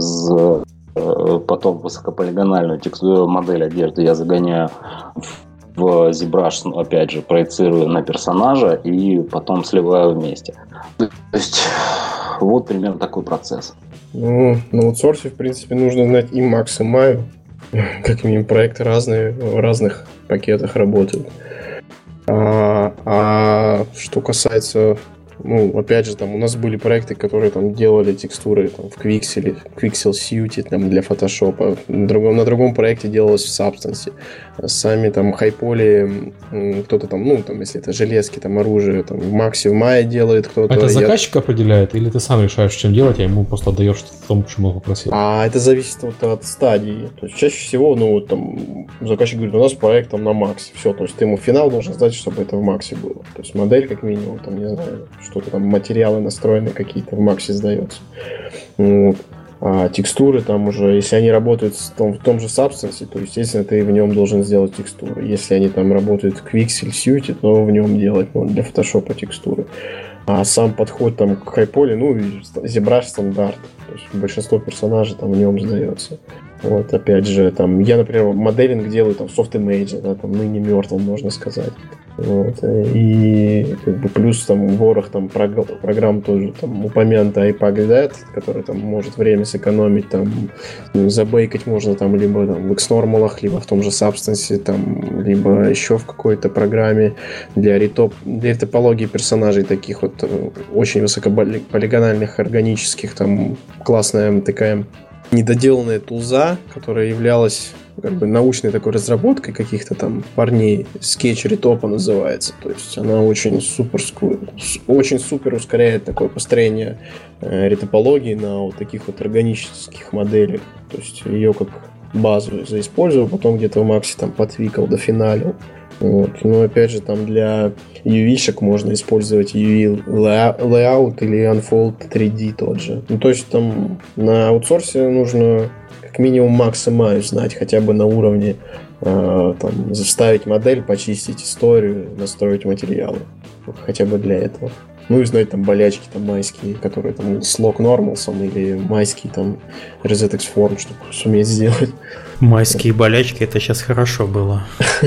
Потом высокополигональную текстуру, модель одежды я загоняю в в ZBrush, опять же, проецирую на персонажа и потом сливаю вместе. То есть вот примерно такой процесс. Ну, на аутсорсе, в принципе, нужно знать и Max, и Maya. Как минимум, проекты разные, в разных пакетах работают. А, а что касается... Ну, опять же, там у нас были проекты, которые там делали текстуры там, в Quixel, Quixel Suite там, для Photoshop. На другом, на другом проекте делалось в Substance. Сами там хайполи, кто-то там, ну, там, если это железки, там, оружие, там, в Максе, в Maya делает кто-то. Это я... заказчик определяет, или ты сам решаешь, чем делать, а ему просто отдаешь в том, чему он попросил? А это зависит вот от стадии. То есть чаще всего, ну, вот там заказчик говорит, у нас проект там на Максе. Все, то есть ты ему финал должен сдать, чтобы это в Максе было. То есть модель, как минимум, там, не знаю, что-то там, материалы настроены какие-то в Максе сдается. Вот. А текстуры там уже, если они работают в том, в том же Substance, то, естественно, ты в нем должен сделать текстуры. Если они там работают в Quixel Suite, то в нем делать, ну, для Photoshop текстуры. А сам подход там к хайполе, ну, ZBrush стандарт. То есть большинство персонажей там в нем сдается. Вот, опять же, там, я, например, моделинг делаю там в SoftImage, да, там, ныне мертвым, можно сказать. Вот, и как бы плюс там ворох там программ, программ тоже там упомянутый iPad, который там может время сэкономить, там забейкать можно там либо там в Xnormal, либо в том же Substance, там, либо еще в какой-то программе для, ретоп, для ретопологии персонажей таких вот очень высокополигональных, органических, там классная такая недоделанная тулза, которая являлась как бы научной такой разработкой каких-то там парней, скетч ретопа называется. То есть она очень супер, очень супер ускоряет такое построение э, ретопологии на вот таких вот органических моделях. То есть ее как базу заиспользовал, потом где-то в Максе там потвикал, дофиналил. Вот. Но опять же там для ю ви-шек можно использовать ю ви Layout или Unfold три ди тот же. Ну, то есть там на аутсорсе нужно как минимум Max и Maya знать хотя бы на уровне э, там, заставить модель, почистить историю, настроить материалы. Хотя бы для этого. Ну и знать там болячки там майские, которые там с Log Normals'ом или майский там ResetX Form, чтобы суметь сделать. Майские болячки, это сейчас хорошо было.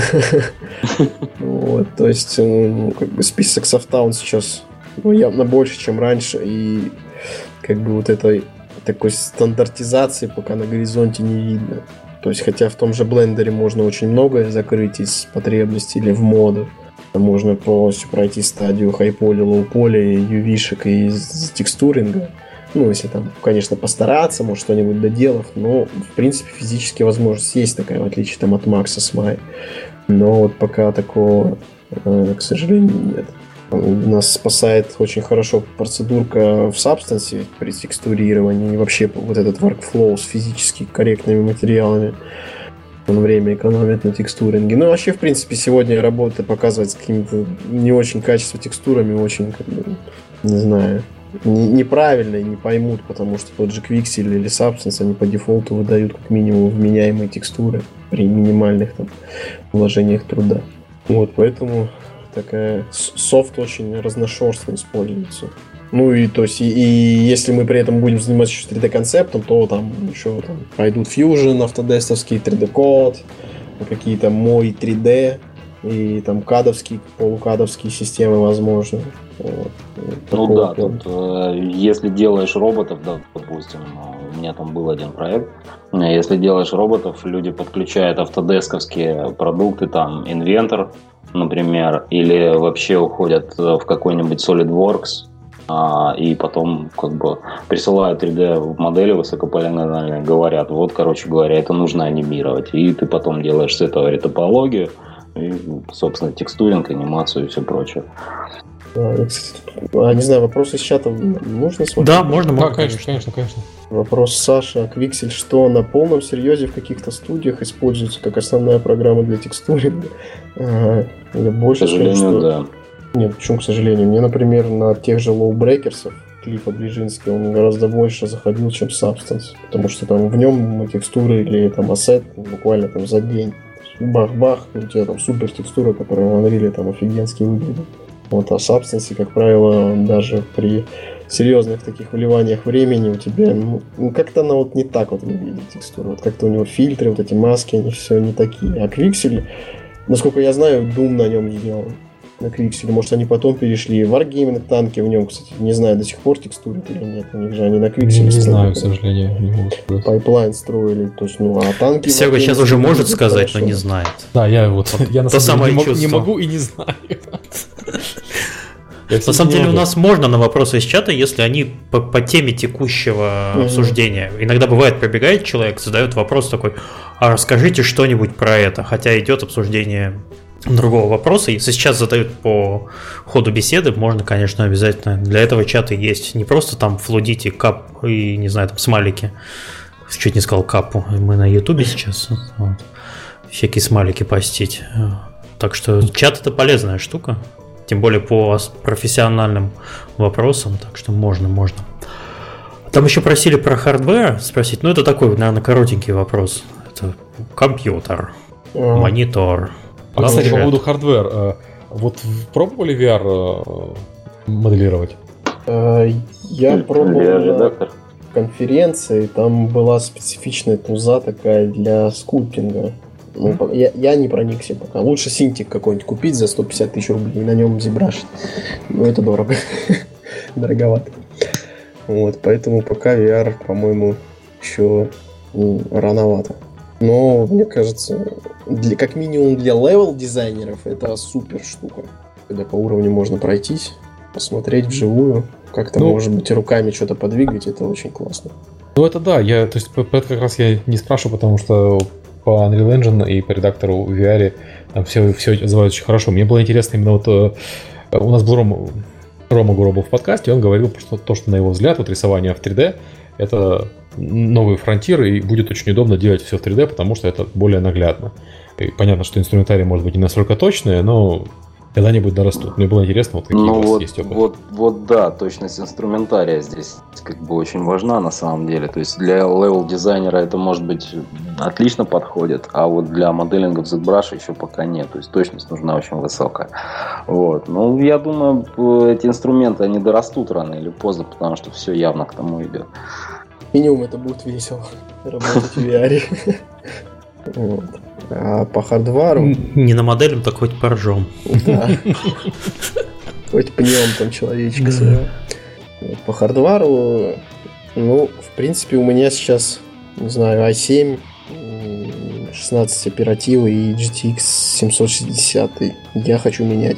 Вот, то есть, ну, как бы список софтаун сейчас, ну, явно больше, чем раньше, и как бы вот этой такой стандартизации пока на горизонте не видно. То есть, хотя в том же блендере можно очень многое закрыть из потребностей или в моду. Можно полностью пройти стадию хайполя, лоуполя, ю ви-шек и текстуринга. Ну, если там, конечно, постараться, может, что-нибудь доделав, но, в принципе, физически возможность есть такая, в отличие там от Макса с Maya. Но вот пока такого, к сожалению, нет. Нас спасает очень хорошо процедурка в Substance при текстурировании и вообще вот этот workflow с физически корректными материалами. Он время экономит на текстуринге. Ну, вообще, в принципе, сегодня работа показывает с какими-то не очень качественными текстурами, очень, как бы, не знаю, не, неправильно и не поймут, потому что тот же Quixel или Substance, они по дефолту выдают как минимум вменяемые текстуры при минимальных там вложениях труда. Вот, поэтому такая софт очень разношерстно используется. Ну и то есть, и, и если мы при этом будем заниматься еще три дэ-концептом, то там еще там, пойдут Fusion, автодестовский три дэ-код, какие-то мой три дэ и там кадовские, полукадовские системы возможны. Вот. Ну да, тут, э, если делаешь роботов, да, допустим, у меня там был один проект, если делаешь роботов, люди подключают автодесковские продукты, там, Inventor, например, или вообще уходят в какой-нибудь SolidWorks, а, и потом как бы присылают три дэ-модели высокополигональные, говорят, вот, короче говоря, это нужно анимировать. И ты потом делаешь с этого ретопологию, и, собственно, текстуринг, анимацию и все прочее. А, не знаю, вопрос из чата можно смотреть? Да, можно, можно. Да, конечно, конечно, конечно. Вопрос Саши. А Quixel что, на полном серьезе в каких-то студиях используется как основная программа для текстуринга? Ага. Я больше К сожалению, скажу, что... да. Нет, почему, к сожалению? Мне, например, на тех же лоу-брекерсов клипа Ближинский он гораздо больше заходил, чем Substance. Потому что там в нем текстуры или там ассет буквально там за день. Бах-бах, у тебя там супер текстура, которая в Unreal там офигенски выглядит. Вот, а Substance, как правило, даже при серьезных таких вливаниях времени у тебя, ну, как-то она вот не так вот выглядит текстура. Вот как-то у него фильтры, вот эти маски, они все не такие. А Quixel, насколько я знаю, Doom на нем сделан. На Quixel. Может, они потом перешли. Wargaming танки в нем, кстати, не знаю, до сих пор текстурят или нет. У них же они на Quixel. Не знаю, к сожалению. Не могу сказать. Пайплайн строили. То есть, ну, а танки... Серега сейчас уже может сказать, но не знает. Да, я вот, я на самом деле не, мог, не могу и не знаю. На самом деле у нас можно на вопросы из чата, если они по, по теме текущего mm-hmm. обсуждения. Иногда бывает, пробегает человек, задает вопрос такой: а расскажите что-нибудь про это, хотя идет обсуждение другого вопроса. Если сейчас задают по ходу беседы, можно, конечно, обязательно. Для этого чата есть не просто там флудите, кап и, не знаю, там смайлики. Чуть не сказал капу. Мы на ютубе сейчас. Вот. Всякие смайлики постить. Так что чат — это полезная штука. Тем более по профессиональным вопросам, так что можно, можно. Там еще просили про хардвер спросить, ну это такой, наверное, коротенький вопрос. Это компьютер, mm. монитор. А, кстати, по поводу хардвер, вот пробовали ви ар моделировать? Я пробовал на конференции, там была специфичная туза такая для скульптинга. Ну, я, я не проникся пока. Лучше синтик какой-нибудь купить за сто пятьдесят тысяч рублей и на нем зибрашить. Ну, это дорого. Дороговато. Вот, поэтому пока ви ар, по-моему, еще ну, рановато. Но, мне кажется, для, как минимум для левел-дизайнеров это супер штука. Когда по уровню можно пройтись, посмотреть вживую, как-то, ну, может быть, руками что-то подвигать, это очень классно. Ну, это да. Я, то есть, это как раз я не спрашиваю, потому что по Unreal Engine и по редактору в ви ар там все, все отзываются очень хорошо. Мне было интересно именно вот... У нас был Рома, Рома Гуробов в подкасте, он говорил, что то, что на его взгляд, вот рисование в три дэ, это новый фронтир, и будет очень удобно делать все в три дэ, потому что это более наглядно. И понятно, что инструментарий может быть не настолько точный, но когда-нибудь дорастут. Мне было интересно, вот какие ну, у вас вот, есть опыт. Вот, вот да, точность инструментария здесь как бы очень важна на самом деле. То есть для левел-дизайнера это, может быть, отлично подходит, а вот для моделинга в ZBrush еще пока нет. То есть точность нужна очень высокая. Вот. Ну, я думаю, эти инструменты, они дорастут рано или поздно, потому что все явно к тому идет. Минимум это будет весело, работать в ви ар. Вот. А по хардвару... Не на моделям, так хоть поржем. Да. Хоть пнем там человечка своего. По хардвару, ну, в принципе, у меня сейчас, не знаю, ай семь, шестнадцать оперативы и джи ти экс семьсот шестьдесят. Я хочу менять.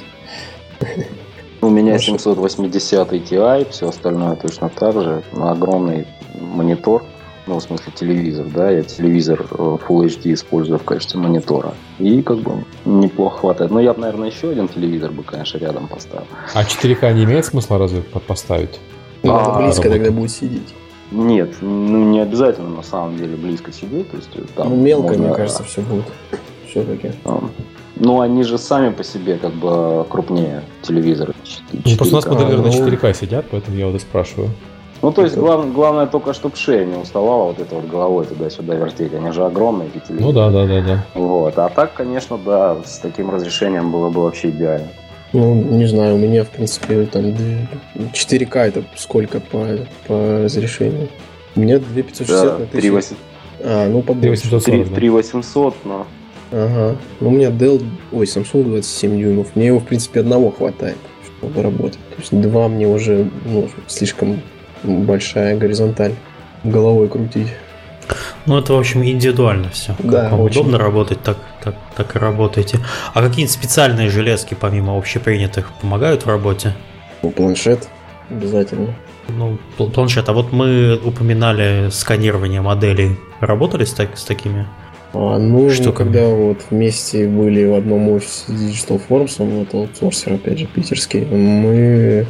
У меня семьсот восемьдесят Ti, все остальное точно так же. Огромный монитор. Ну, в смысле, телевизор, да, я телевизор Full эйч ди использую в качестве монитора. И как бы неплохо хватает. Но я бы, наверное, еще один телевизор бы, конечно, рядом поставил. А четыре ка не имеет смысла разве поставить? Ну, а, близко работает. Тогда будет сидеть. Нет, ну не обязательно на самом деле близко сидеть. То есть, там ну, мелко, можно... мне кажется, все будет. Все-таки. Ну, они же сами по себе как бы крупнее телевизора. Ну, просто у нас модели на четыре ка сидят, поэтому я вот и спрашиваю. Ну, то есть, глав, главное только, чтобы шея не уставала вот это вот головой туда-сюда вертеть. Они же огромные, эти телевизоры. Ну, да, да, да, да. Вот. А так, конечно, да, с таким разрешением было бы вообще идеально. Ну, не знаю, у меня, в принципе, там четыре ка это сколько по, по разрешению? У меня две тысячи пятьсот шестьдесят на тысячу. тысячу. А, ну, побольше. три тысячи восемьсот, но... Ага. Ну, у меня Dell, ой, Samsung двадцать семь дюймов. Мне его, в принципе, одного хватает, чтобы работать. То есть два мне уже, ну, слишком... большая горизонталь, головой крутить. Ну, это, в общем, индивидуально все. Как да, вам очень. Удобно работать, так, так, так и работаете. А какие-нибудь специальные железки, помимо общепринятых, помогают в работе? Ну, планшет обязательно. Ну, планшет. А вот мы упоминали сканирование моделей. Работали с, так, с такими а, ну, штуками? Когда вот вместе были в одном офисе с Digital Forms, это аутсорсер, опять же, питерский, мы...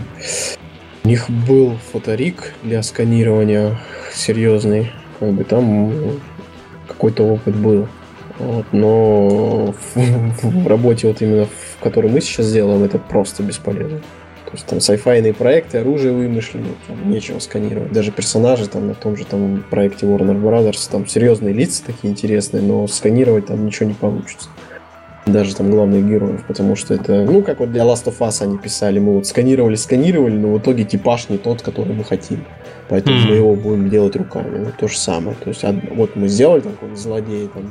У них был фоторик для сканирования серьезный, как бы там какой-то опыт был. Вот, но в, в работе, вот именно в которой мы сейчас делаем, это просто бесполезно. То есть там сайфайные проекты, оружие вымышленное, там нечего сканировать. Даже персонажи там на том же там проекте Warner Brothers, там серьезные лица такие интересные, но сканировать там ничего не получится. Даже там главных героев, потому что это, ну, как вот для Last of Us они писали, мы вот сканировали, сканировали, но в итоге типаж не тот, который мы хотим. Поэтому mm-hmm. мы его будем делать руками. Ну, то же самое. То есть, вот мы сделали там какого-нибудь злодея, там,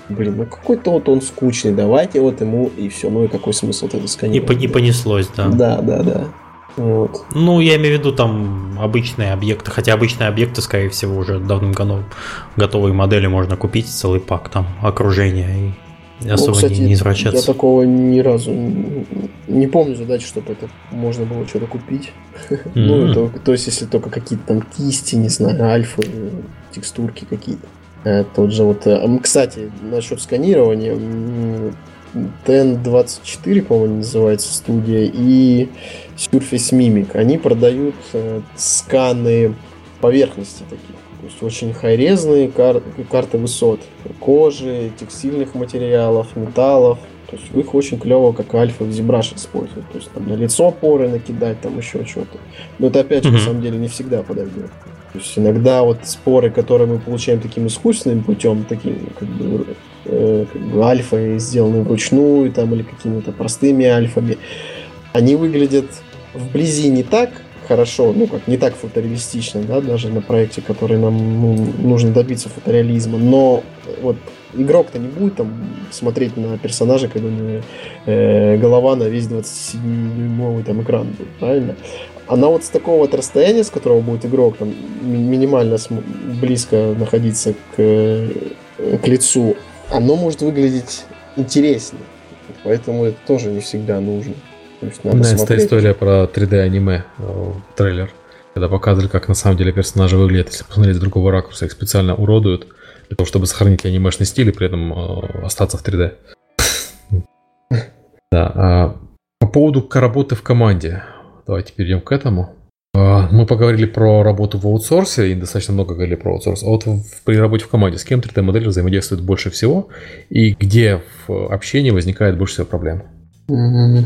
блин, ну какой-то вот он скучный, давайте вот ему и все, ну и какой смысл вот это сканировать? И, и понеслось, да. Да, да, да. Вот. Ну, я имею в виду там обычные объекты, хотя обычные объекты, скорее всего, уже давным-давно готовые модели можно купить, целый пак там окружения и особо ну, кстати, не, не извращаться. Я такого ни разу не, не помню задачи, чтобы это можно было что-то купить. Mm-hmm. Ну, это, то есть, если только какие-то там кисти, не знаю, альфы, текстурки какие-то. Тот же вот. Кстати, насчет сканирования. ти эн двадцать четыре, по-моему, называется студия, и Surface Mimic. Они продают э, сканы поверхности таких. То есть очень хайрезные кар- карты высот. Кожи, текстильных материалов, металлов. То есть их очень клево, как альфа в ZBrush используют. То есть там на лицо поры накидать, там еще что-то. Но это опять же, mm-hmm. на самом деле, не всегда подойдет. То есть иногда вот споры, которые мы получаем таким искусственным путем, таким как бы, э, как бы альфой, сделанные вручную, там, или какими-то простыми альфами, они выглядят вблизи не так хорошо, ну как не так фотореалистично, да, даже на проекте, который нам ну, нужно добиться фотореализма, но вот игрок-то не будет там смотреть на персонажа, когда у него э, голова на весь двадцатисемидюймовый там экран будет, правильно? Она вот с такого вот расстояния, с которого будет игрок там минимально близко находиться к, к лицу, оно может выглядеть интереснее. Поэтому это тоже не всегда нужно. То есть надо смотреть. смотреть. История про три дэ аниме, трейлер, когда показывали, как на самом деле персонажи выглядят, если посмотреть с другого ракурса, их специально уродуют для того, чтобы сохранить анимешный стиль и при этом остаться в три дэ. Да. По поводу работы в команде. Давайте перейдем к этому. Мы поговорили про работу в аутсорсе и достаточно много говорили про аутсорс. А вот при работе в команде с кем три дэ-модель взаимодействует больше всего и где в общении возникает больше всего проблем? Mm-hmm.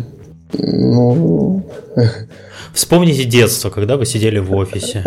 Ну... Вспомните детство, когда вы сидели в офисе.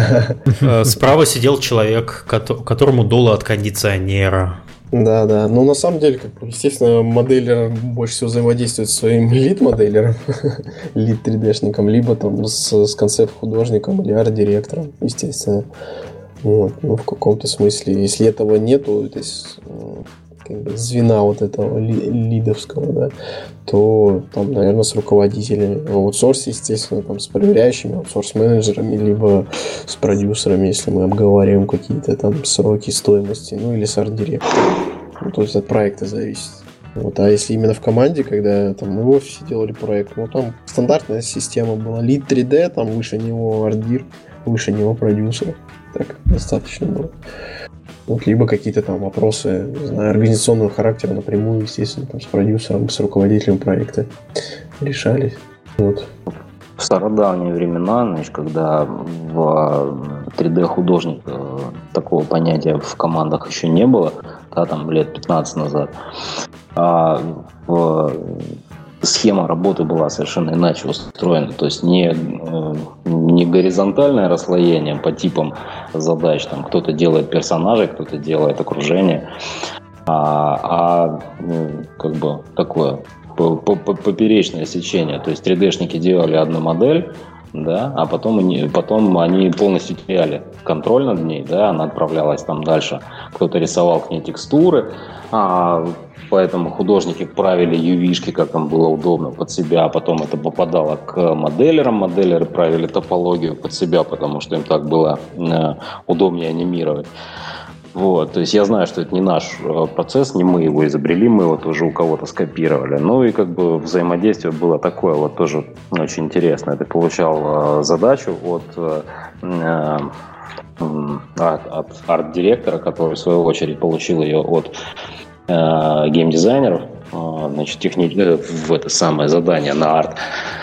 Справа сидел человек, которому дуло от кондиционера. Да, да. Но на самом деле, как бы, естественно, моделлер больше всего взаимодействует с своим лид-моделлером, лид-три дэ-шником, либо там с, с концепт-художником или арт-директором, естественно. Вот. Ну, в каком-то смысле. Если этого нету, то есть как бы звена вот этого ли, лидовского, да, то там, наверное, с руководителями в аутсорсе, естественно, там с проверяющими аутсорс-менеджерами, либо с продюсерами, если мы обговариваем какие-то там сроки стоимости, ну или с арт-директором. Ну, то есть от проекта зависит. Вот. А если именно в команде, когда там, мы в офисе делали проект, ну там стандартная система была. Лид три дэ, там выше него арт-дир, выше него продюсер. Так достаточно было. Вот, либо какие-то там вопросы, не знаю, организационного характера напрямую, естественно, там, с продюсером, с руководителем проекта решались. Вот. В стародавние времена, значит, когда в три дэ-художник такого понятия в командах еще не было, да, там лет пятнадцать назад, а в схема работы была совершенно иначе устроена. То есть не, не горизонтальное расслоение по типам задач. Там кто-то делает персонажей, кто-то делает окружение. А, а как бы такое поперечное сечение. То есть три дэ-шники делали одну модель, да, а потом они, потом они полностью теряли контроль над ней, да, она отправлялась там дальше. Кто-то рисовал к ней текстуры, а поэтому художники правили ю ви-шки, как там было удобно, под себя, а потом это попадало к моделлерам, моделлеры правили топологию под себя, потому что им так было э, удобнее анимировать. Вот, то есть я знаю, что это не наш процесс, не мы его изобрели, мы его тоже у кого-то скопировали. Ну и как бы взаимодействие было такое вот тоже очень интересное. Ты получал э, задачу от, э, от, от арт-директора, который в свою очередь получил ее от э, геймдизайнеров, э, значит, техни... э, в это самое задание на арт.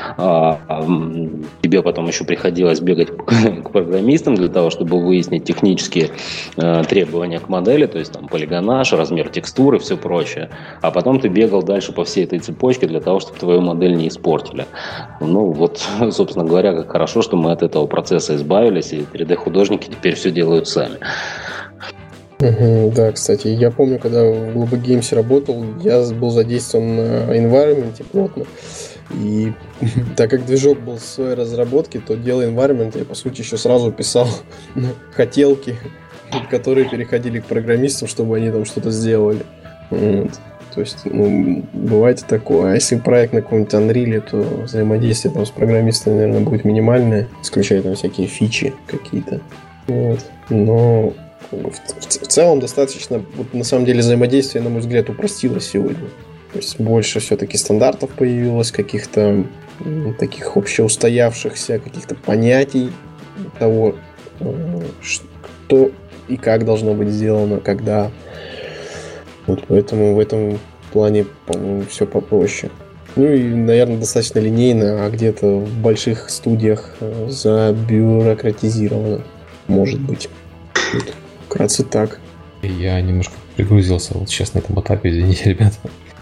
Тебе потом еще приходилось бегать к программистам для того, чтобы выяснить технические э, требования к модели, то есть там полигонаж, размер текстуры, все прочее. А потом ты бегал дальше по всей этой цепочке для того, чтобы твою модель не испортили. Ну вот, собственно говоря, как хорошо, что мы от этого процесса избавились, и три дэ-художники теперь все делают сами. Угу, да, кстати, я помню, когда в Global Games работал, я был задействован на environment плотно. И так как движок был в своей разработке, то делая environment, я, по сути, еще сразу писал хотелки, которые переходили к программистам, чтобы они там что-то сделали. Вот. То есть, ну, бывает и такое. А если проект на каком-нибудь Unreal, то взаимодействие там с программистами, наверное, будет минимальное, исключая там всякие фичи какие-то. Вот. Но в, в, в целом достаточно, вот, на самом деле, взаимодействие, на мой взгляд, упростилось сегодня. То есть больше все-таки стандартов появилось, каких-то м, таких общеустоявшихся, каких-то понятий того, что и как должно быть сделано, когда. Вот поэтому в этом плане, по-моему, все попроще. Ну и, наверное, достаточно линейно, а где-то в больших студиях забюрократизировано, может быть. Вот. Вкратце так. Я немножко пригрузился вот сейчас на этом этапе, извините, ребята.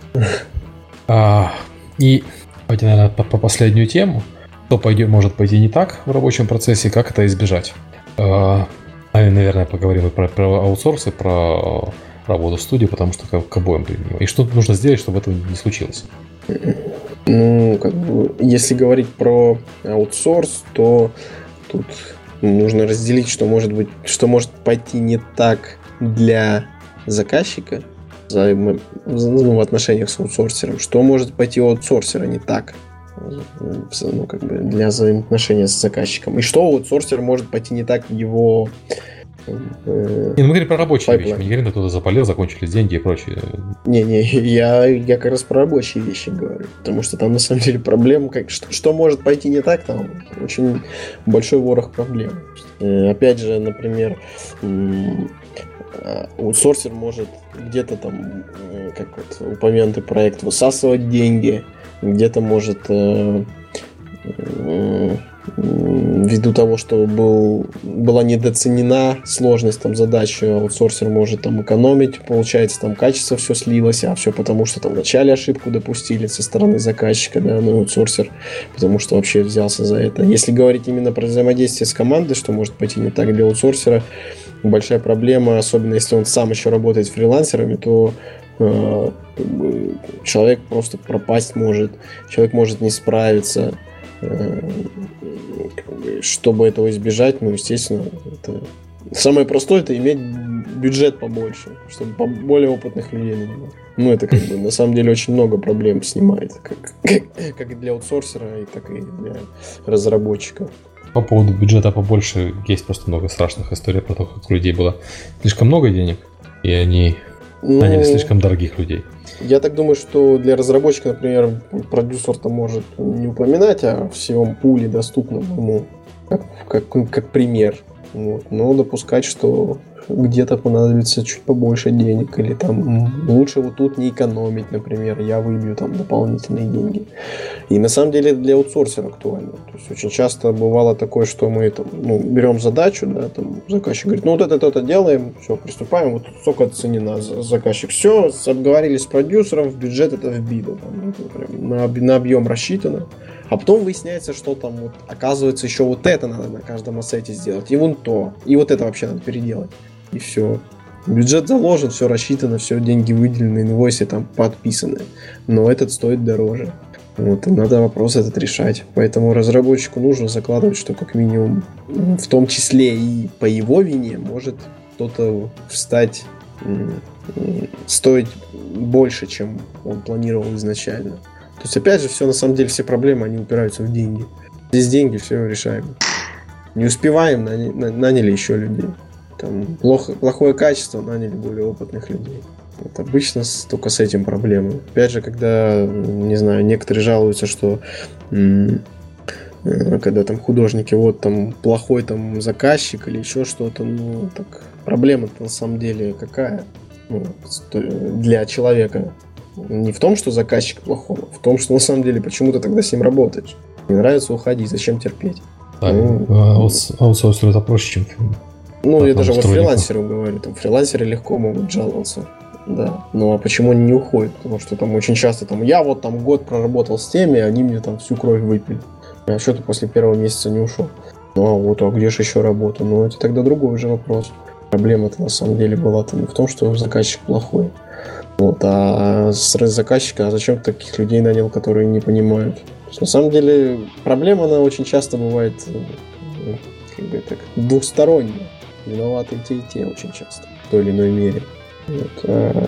А, и давайте, наверное, по, по последнюю тему. Что пойдет, может пойти не так в рабочем процессе, как это избежать. А, наверное, поговорим и про, про аутсорсы, про работу в студии, потому что к, к обоим применимо. И что нужно сделать, чтобы этого не случилось? Ну, как бы, если говорить про аутсорс, то тут нужно разделить, что может быть, что может пойти не так для заказчика ну, в отношениях с аутсорсером, что может пойти у аутсорсера не так, ну, как бы для взаимоотношения с заказчиком, и что у аутсорсера может пойти не так в его. Не, ну мы говорим про рабочие вещи, мы не говорим, кто-то запалил, закончились деньги и прочее. Не-не, я, я как раз про рабочие вещи говорю, потому что там на самом деле проблем, как, что, что может пойти не так, там очень большой ворох проблем. Опять же, например, аутсорсер может где-то там, как вот упомянутый проект, высасывать деньги, где-то может ввиду того, что был, была недооценена сложность там, задачи, аутсорсер может там экономить, получается, там качество все слилось, а все потому, что там вначале ошибку допустили со стороны заказчика, да, ну, аутсорсер, потому что вообще взялся за это. Если говорить именно про взаимодействие с командой, что может пойти не так для аутсорсера, большая проблема, особенно если он сам еще работает с фрилансерами, то э, человек просто пропасть может, человек может не справиться. Чтобы этого избежать, ну, естественно, это... самое простое — это иметь бюджет побольше, чтобы более опытных людей нанимать. Ну, это как бы на самом деле очень много проблем снимает, как, как, как и для аутсорсера, и так и для разработчика. По поводу бюджета побольше есть просто много страшных историй про то, как у людей было слишком много денег, и они ну, наняли слишком дорогих людей. Я так думаю, что для разработчика, например, продюсер-то может не упоминать о всем пуле, доступном ему, как, как, как пример. Вот. Но допускать, что где-то понадобится чуть побольше денег, или там лучше вот тут не экономить, например, я выбью там дополнительные деньги. И на самом деле для аутсорсера актуально. То есть очень часто бывало такое, что мы там, ну, берем задачу, да, там заказчик говорит, ну вот это, это делаем, все, приступаем, вот сколько оценено, заказчик, все, обговорились с продюсером, в бюджет это вбито, там, прям на, на объем рассчитано. А потом выясняется, что там вот, оказывается, еще вот это надо на каждом ассете сделать, и вон то, и вот это вообще надо переделать. И все. Бюджет заложен, все рассчитано, все, деньги выделены, инвойсы там подписаны. Но этот стоит дороже. Вот, и надо вопрос этот решать. Поэтому разработчику нужно закладывать, что как минимум, в том числе и по его вине, может кто-то встать, стоить больше, чем он планировал изначально. То есть, опять же, все на самом деле, все проблемы, они упираются в деньги. Здесь деньги, все решаем. Не успеваем, наняли, наняли еще людей. Там плохо, плохое качество, наняли более опытных людей. Вот обычно с, только с этим проблемы. Опять же, когда, не знаю, некоторые жалуются, что м- когда там художники, вот там плохой там заказчик или еще что-то, ну, так проблема-то на самом деле какая? Ну, для человека. Не в том, что заказчик плохой, а в том, что на самом деле почему ты тогда с ним работаешь. Не нравится — уходи, зачем терпеть? Да, ну, аутсорсер это проще, чем... Ну, я даже вот фрилансерам говорю, там фрилансеры легко могут жаловаться, да. Ну, а почему они не уходят? Потому что там очень часто там, я вот там год проработал с теми, они мне там всю кровь выпили. А что ты после первого месяца не ушел? Ну, а вот, а где же еще работа? Ну, это тогда другой уже вопрос. Проблема-то на самом деле была-то не в том, что заказчик плохой. Вот, а с заказчика, а зачем ты таких людей нанял, которые не понимают? То есть, на самом деле, проблема, она очень часто бывает, как бы так, двухсторонняя. Виноваты и те, и те очень часто, в той или иной мере. Вот. А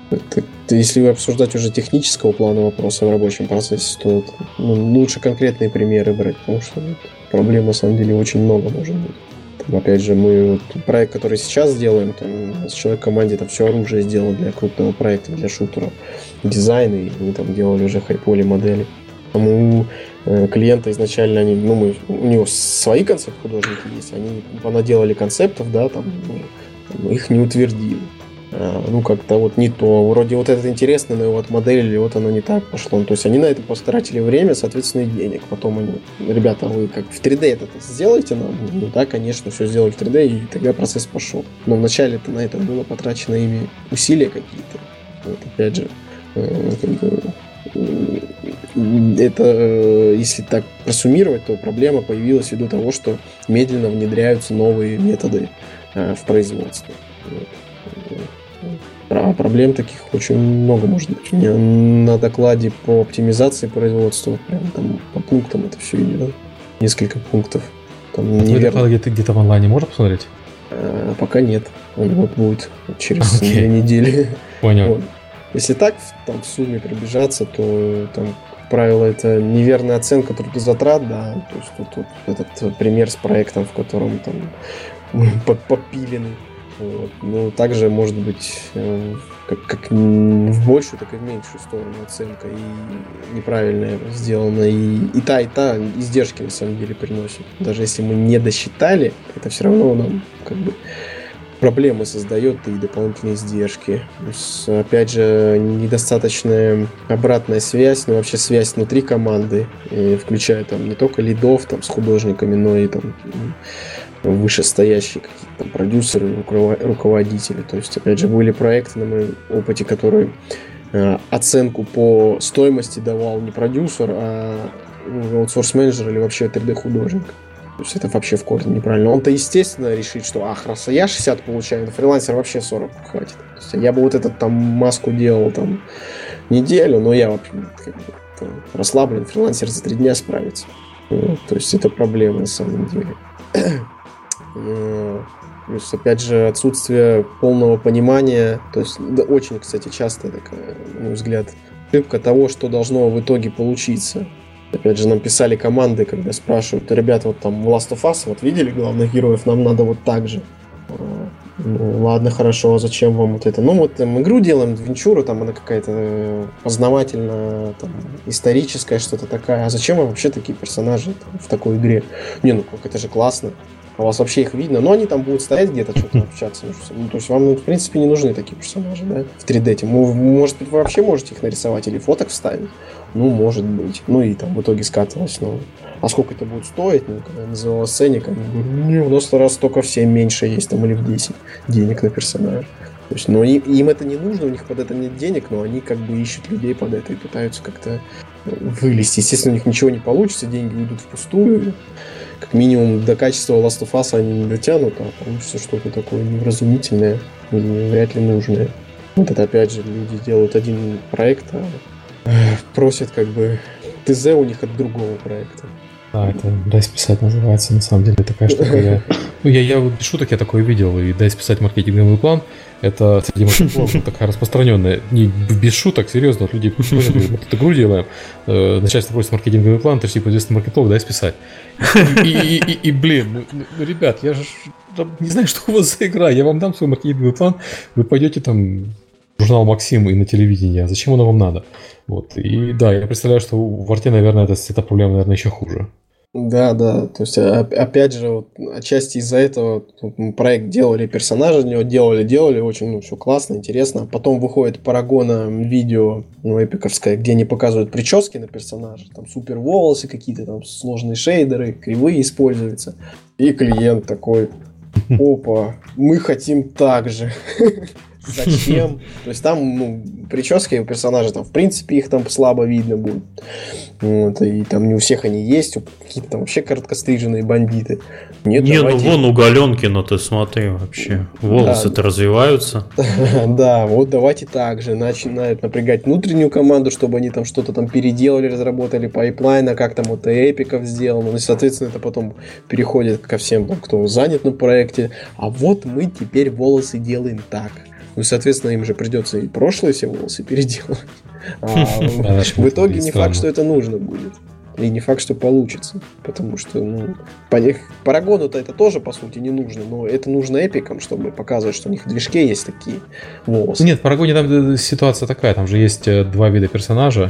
Это, если обсуждать уже технического плана вопроса в рабочем процессе, то ну, лучше конкретные примеры брать, потому что вот, проблем на самом деле очень много может быть. Там, опять же, мы вот, проект, который сейчас делаем, там, человек в команде там все оружие сделал для крупного проекта, для шутера, дизайн, и мы там делали уже хайполи модели. Там у э, клиента изначально они, ну, мы, у него свои концепт-художники есть, они понаделали концептов, да, там, ну, их не утвердили. Ну, как-то вот не то. Вроде вот это интересно, но вот модель или вот оно не так пошло. Ну, то есть они на это потратили время, соответственно, и денег. Потом они, ребята, вы как в три дэ это сделаете нам? Ну да, конечно, все сделали в три дэ, и тогда процесс пошел. Но вначале это на это было потрачено ими усилия какие-то. Вот, опять же, это, если так просуммировать, то проблема появилась ввиду того, что медленно внедряются новые методы в производстве. А проблем таких очень много может быть. У меня на докладе по оптимизации производства прям там по пунктам это все идет. Несколько пунктов. Там а неверно... доклад где-то, где-то в онлайне можно посмотреть? А, пока нет. Он вот будет через okay. две недели. Понял. Вот. Если так там, в сумме пробежаться, то там, как правило, это неверная оценка трудозатрат, да. То есть тут, тут этот пример с проектом, в котором там подпилены. Вот. Ну, также может быть как, как в большую, так и в меньшую сторону оценка и неправильная сделана. И, и та, и та издержки на самом деле приносит. Даже если мы не досчитали, это все равно нам как бы проблемы создает и дополнительные издержки. Есть, опять же, недостаточная обратная связь, но вообще связь внутри команды, включая там не только лидов там, с художниками, но и там вышестоящие какие-то там продюсеры, руководители. То есть, опять же, были проекты на моем опыте, которые э, оценку по стоимости давал не продюсер, а аутсорс-менеджер или вообще три дэ-художник. То есть это вообще в корне неправильно. Он-то, естественно, решит, что ах, раз я шестьдесят получаю, то фрилансер вообще сорок хватит. То есть я бы вот этот там маску делал там неделю, но я вообще как бы, там, расслаблен, фрилансер за три дня справится. Вот, то есть это проблема на самом деле. Плюс, опять же, отсутствие полного понимания. То есть, да, очень, кстати, часто такая, на мой взгляд, ошибка того, что должно в итоге получиться. Опять же, нам писали команды, когда спрашивают, ребята, вот там в Last of Us, вот видели главных героев, нам надо вот так же. Ну, ладно, хорошо, а зачем вам вот это? Ну, вот там игру делаем, Венчуру, там она какая-то познавательная, там, историческая, что-то такая. А зачем вам вообще такие персонажи там, в такой игре? Не, ну как, это же классно. А у вас вообще их видно, но они там будут стоять где-то, что-то общаться. Ну, то есть вам, в принципе, не нужны такие персонажи, да, в три дэ. Может быть, вы вообще можете их нарисовать или фоток вставить? Ну, может быть. Ну, и там в итоге скатывалось. Ну, а сколько это будет стоить? Ну, когда я называл сценик, они говорят, не, у нас раз только в семь меньше есть, там, или в десять денег на персонажа. То есть, но им, им это не нужно, у них под это нет денег, но они как бы ищут людей под это и пытаются как-то вылезти. Естественно, у них ничего не получится, деньги уйдут впустую. Как минимум до качества Last of Us они не дотянут, а получится что-то такое невразумительное или вряд ли нужное. Вот это опять же люди делают один проект, а просят как бы ТЗ у них от другого проекта. Да, это дай списать называется, на самом деле такая штука. Я, ну, я, я без шуток я такое видел, и дай списать маркетинговый план, это среди маркетологов такая распространенная, не без шуток, серьезно, от людей приходят, говорят, вот эту игру делаем, э, начальство просит маркетинговый план, ты же типа известный маркетолог, дай списать. И, и, и, и блин, ну, ну, ребят, я же не знаю, что у вас за игра, я вам дам свой маркетинговый план, вы пойдете там в журнал «Максим» и на телевидение, а зачем оно вам надо? Вот. И да, я представляю, что в Арте, наверное, это, эта проблема, наверное, еще хуже. Да, да, то есть, опять же, вот, отчасти из-за этого проект делали, персонажи для него делали, делали, очень, ну, все классно, интересно. А потом выходит Парагона видео, ну, эпиковское, где они показывают прически на персонажа, там супер волосы какие-то, там сложные шейдеры, кривые используются. И клиент такой, опа, мы хотим так же. Зачем? То есть там, ну, прически у персонажей, там, в принципе, их там слабо видно будет. Вот, и там не у всех они есть, какие-то там вообще короткостриженные бандиты. Нет, не, давайте... ну вон у Галенкина, ты смотри, вообще, волосы-то да, развиваются. Да, вот давайте так же. Начинают напрягать внутреннюю команду, чтобы они там что-то там переделали, разработали пайплайн, а как там вот эпиков сделано. Ну и, соответственно, это потом переходит ко всем, кто занят на проекте. А вот мы теперь волосы делаем так. Ну, соответственно, им же придется и прошлые все волосы переделывать. А в итоге не факт, что это нужно будет. И не факт, что получится. Потому что, ну, по них Парагону-то это тоже, по сути, не нужно. Но это нужно эпикам, чтобы показывать, что у них в движке есть такие волосы. Нет, в Парагоне там ситуация такая. Там же есть два вида персонажа.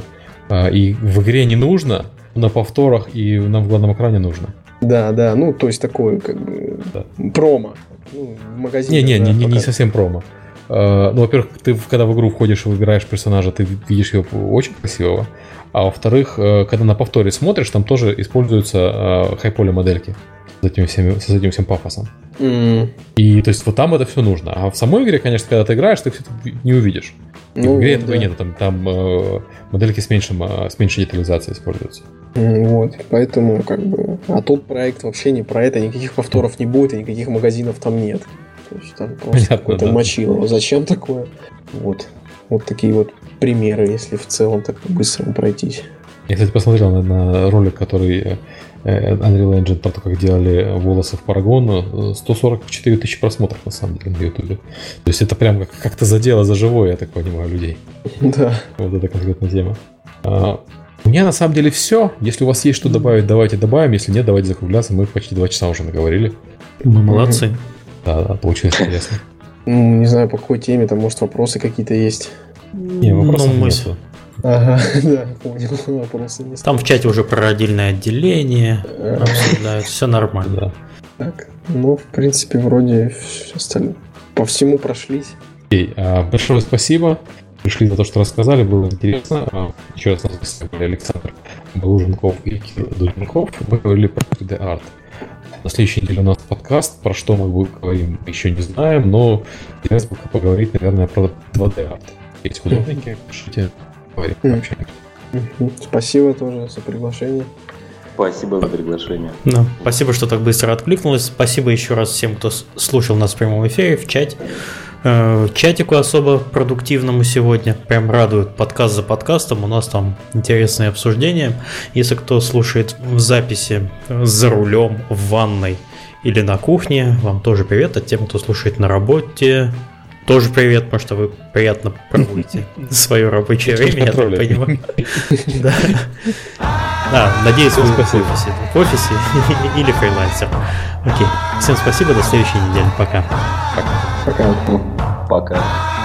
И в игре не нужно, на повторах и на главном экране нужно. Да, да. Ну, то есть такое, как бы, да. промо. Ну, в магазине. Не, не, не, не, не совсем промо. Uh, ну, во-первых, ты, когда в игру входишь и выбираешь персонажа, ты видишь его очень красивого. А во-вторых, когда на повторе смотришь, там тоже используются uh, хай-поли модельки с этим всем, с этим всем пафосом. Mm. И то есть вот там это все нужно. А в самой игре, конечно, когда ты играешь, ты все это не увидишь. Ну, в игре этого да. нет. Там, там uh, модельки с, меньшим, uh, с меньшей детализацией используются. Mm, вот, поэтому как бы... А тут проект вообще не про это, никаких повторов не будет, и никаких магазинов там нет. То есть там просто какое-то да. мочило. Зачем такое? Вот. Вот такие вот примеры, если в целом так быстро пройтись. Я, кстати, посмотрел на, на ролик, который Unreal Engine про то, как делали волосы в Paragon. сто сорок четыре тысячи просмотров, на самом деле, на YouTube. То есть это прям как- как-то задело за живое, я так понимаю, людей. Да. Вот это конкретная тема. А, у меня на самом деле все. Если у вас есть что добавить, давайте добавим. Если нет, давайте закругляться. Мы почти два часа уже наговорили. Мы молодцы. Да, да, получилось интересно. Ну, не знаю, по какой теме, там, может, вопросы какие-то есть. Не, вопросов ну, нету. Ага, да, понял, вопросы есть. Там в чате уже про родильное отделение обсуждают, все нормально. Да. Так, ну, в принципе, вроде остальное. По всему прошлись. Окей, а, большое спасибо. Пришли за то, что рассказали, было интересно. А, еще раз нас были Александр Балуженков и Кирилл Дуденков. Мы говорили про три дэ-арт. На следующей неделе у нас подкаст, про что мы будем говорим, еще не знаем, но интересно пока поговорить, наверное, про два дэ-арт. Есть художники, пишите, говорим, общаемся. Спасибо тоже за приглашение. Спасибо за приглашение. Да, спасибо, что так быстро откликнулось. Спасибо еще раз всем, кто слушал нас в прямом эфире, в чате. Чатику особо продуктивному сегодня. Прям радует подкаст за подкастом. У нас там интересные обсуждения. Если кто слушает в записи за рулем, в ванной или на кухне, вам тоже привет. А тем, кто слушает на работе, тоже привет, потому что вы приятно проводите свое рабочее время, я так понимаю. Да, надеюсь, вы в офисе. В офисе или фрилансер. Окей. Всем спасибо, до следующей недели. Пока. Пока. Пока.